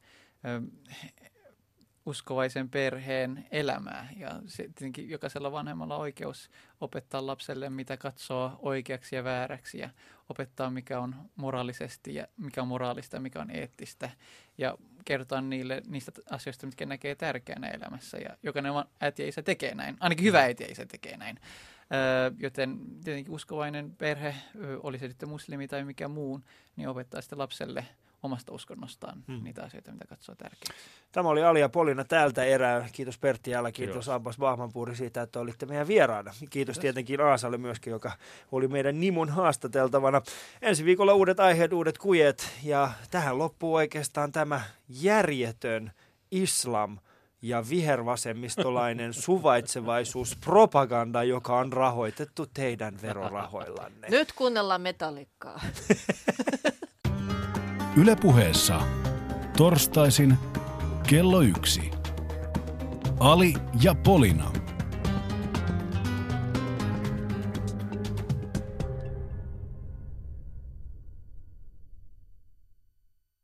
uskovaisen perheen elämää. Ja se, tietenkin jokaisella vanhemmalla on oikeus opettaa lapselle, mitä katsoo oikeaksi ja vääräksi, ja opettaa, mikä on moraalisesti ja mikä on moraalista ja mikä on eettistä. Ja kertoa niille niistä asioista, mitkä näkee tärkeänä elämässä. Ja jokainen äiti ja isä tekee näin. Ainakin hyvä äiti ja isä tekee näin. Joten tietenkin uskovainen perhe, oli se sitten muslimi tai mikä muun, niin opettaa sitten lapselle omasta uskonnostaan niitä asioita, mitä katsoo tärkeäksi. Tämä oli Ali ja Polina tältä erää. Kiitos Pertti Jälä, kiitos Abbas Bahmanpuri siitä, että olitte meidän vieraana. Kiitos tietenkin Aasalle myöskin, joka oli meidän Nimon haastateltavana. Ensi viikolla uudet aiheet, uudet kujet, ja tähän loppuu oikeastaan tämä järjetön islam ja vihervasemmistolainen suvaitsevaisuuspropaganda, joka on rahoitettu teidän verorahoillanne. Nyt kuunnellaan Metallicaa. Yle Puheessa torstaisin kello 1. Ali ja Polina.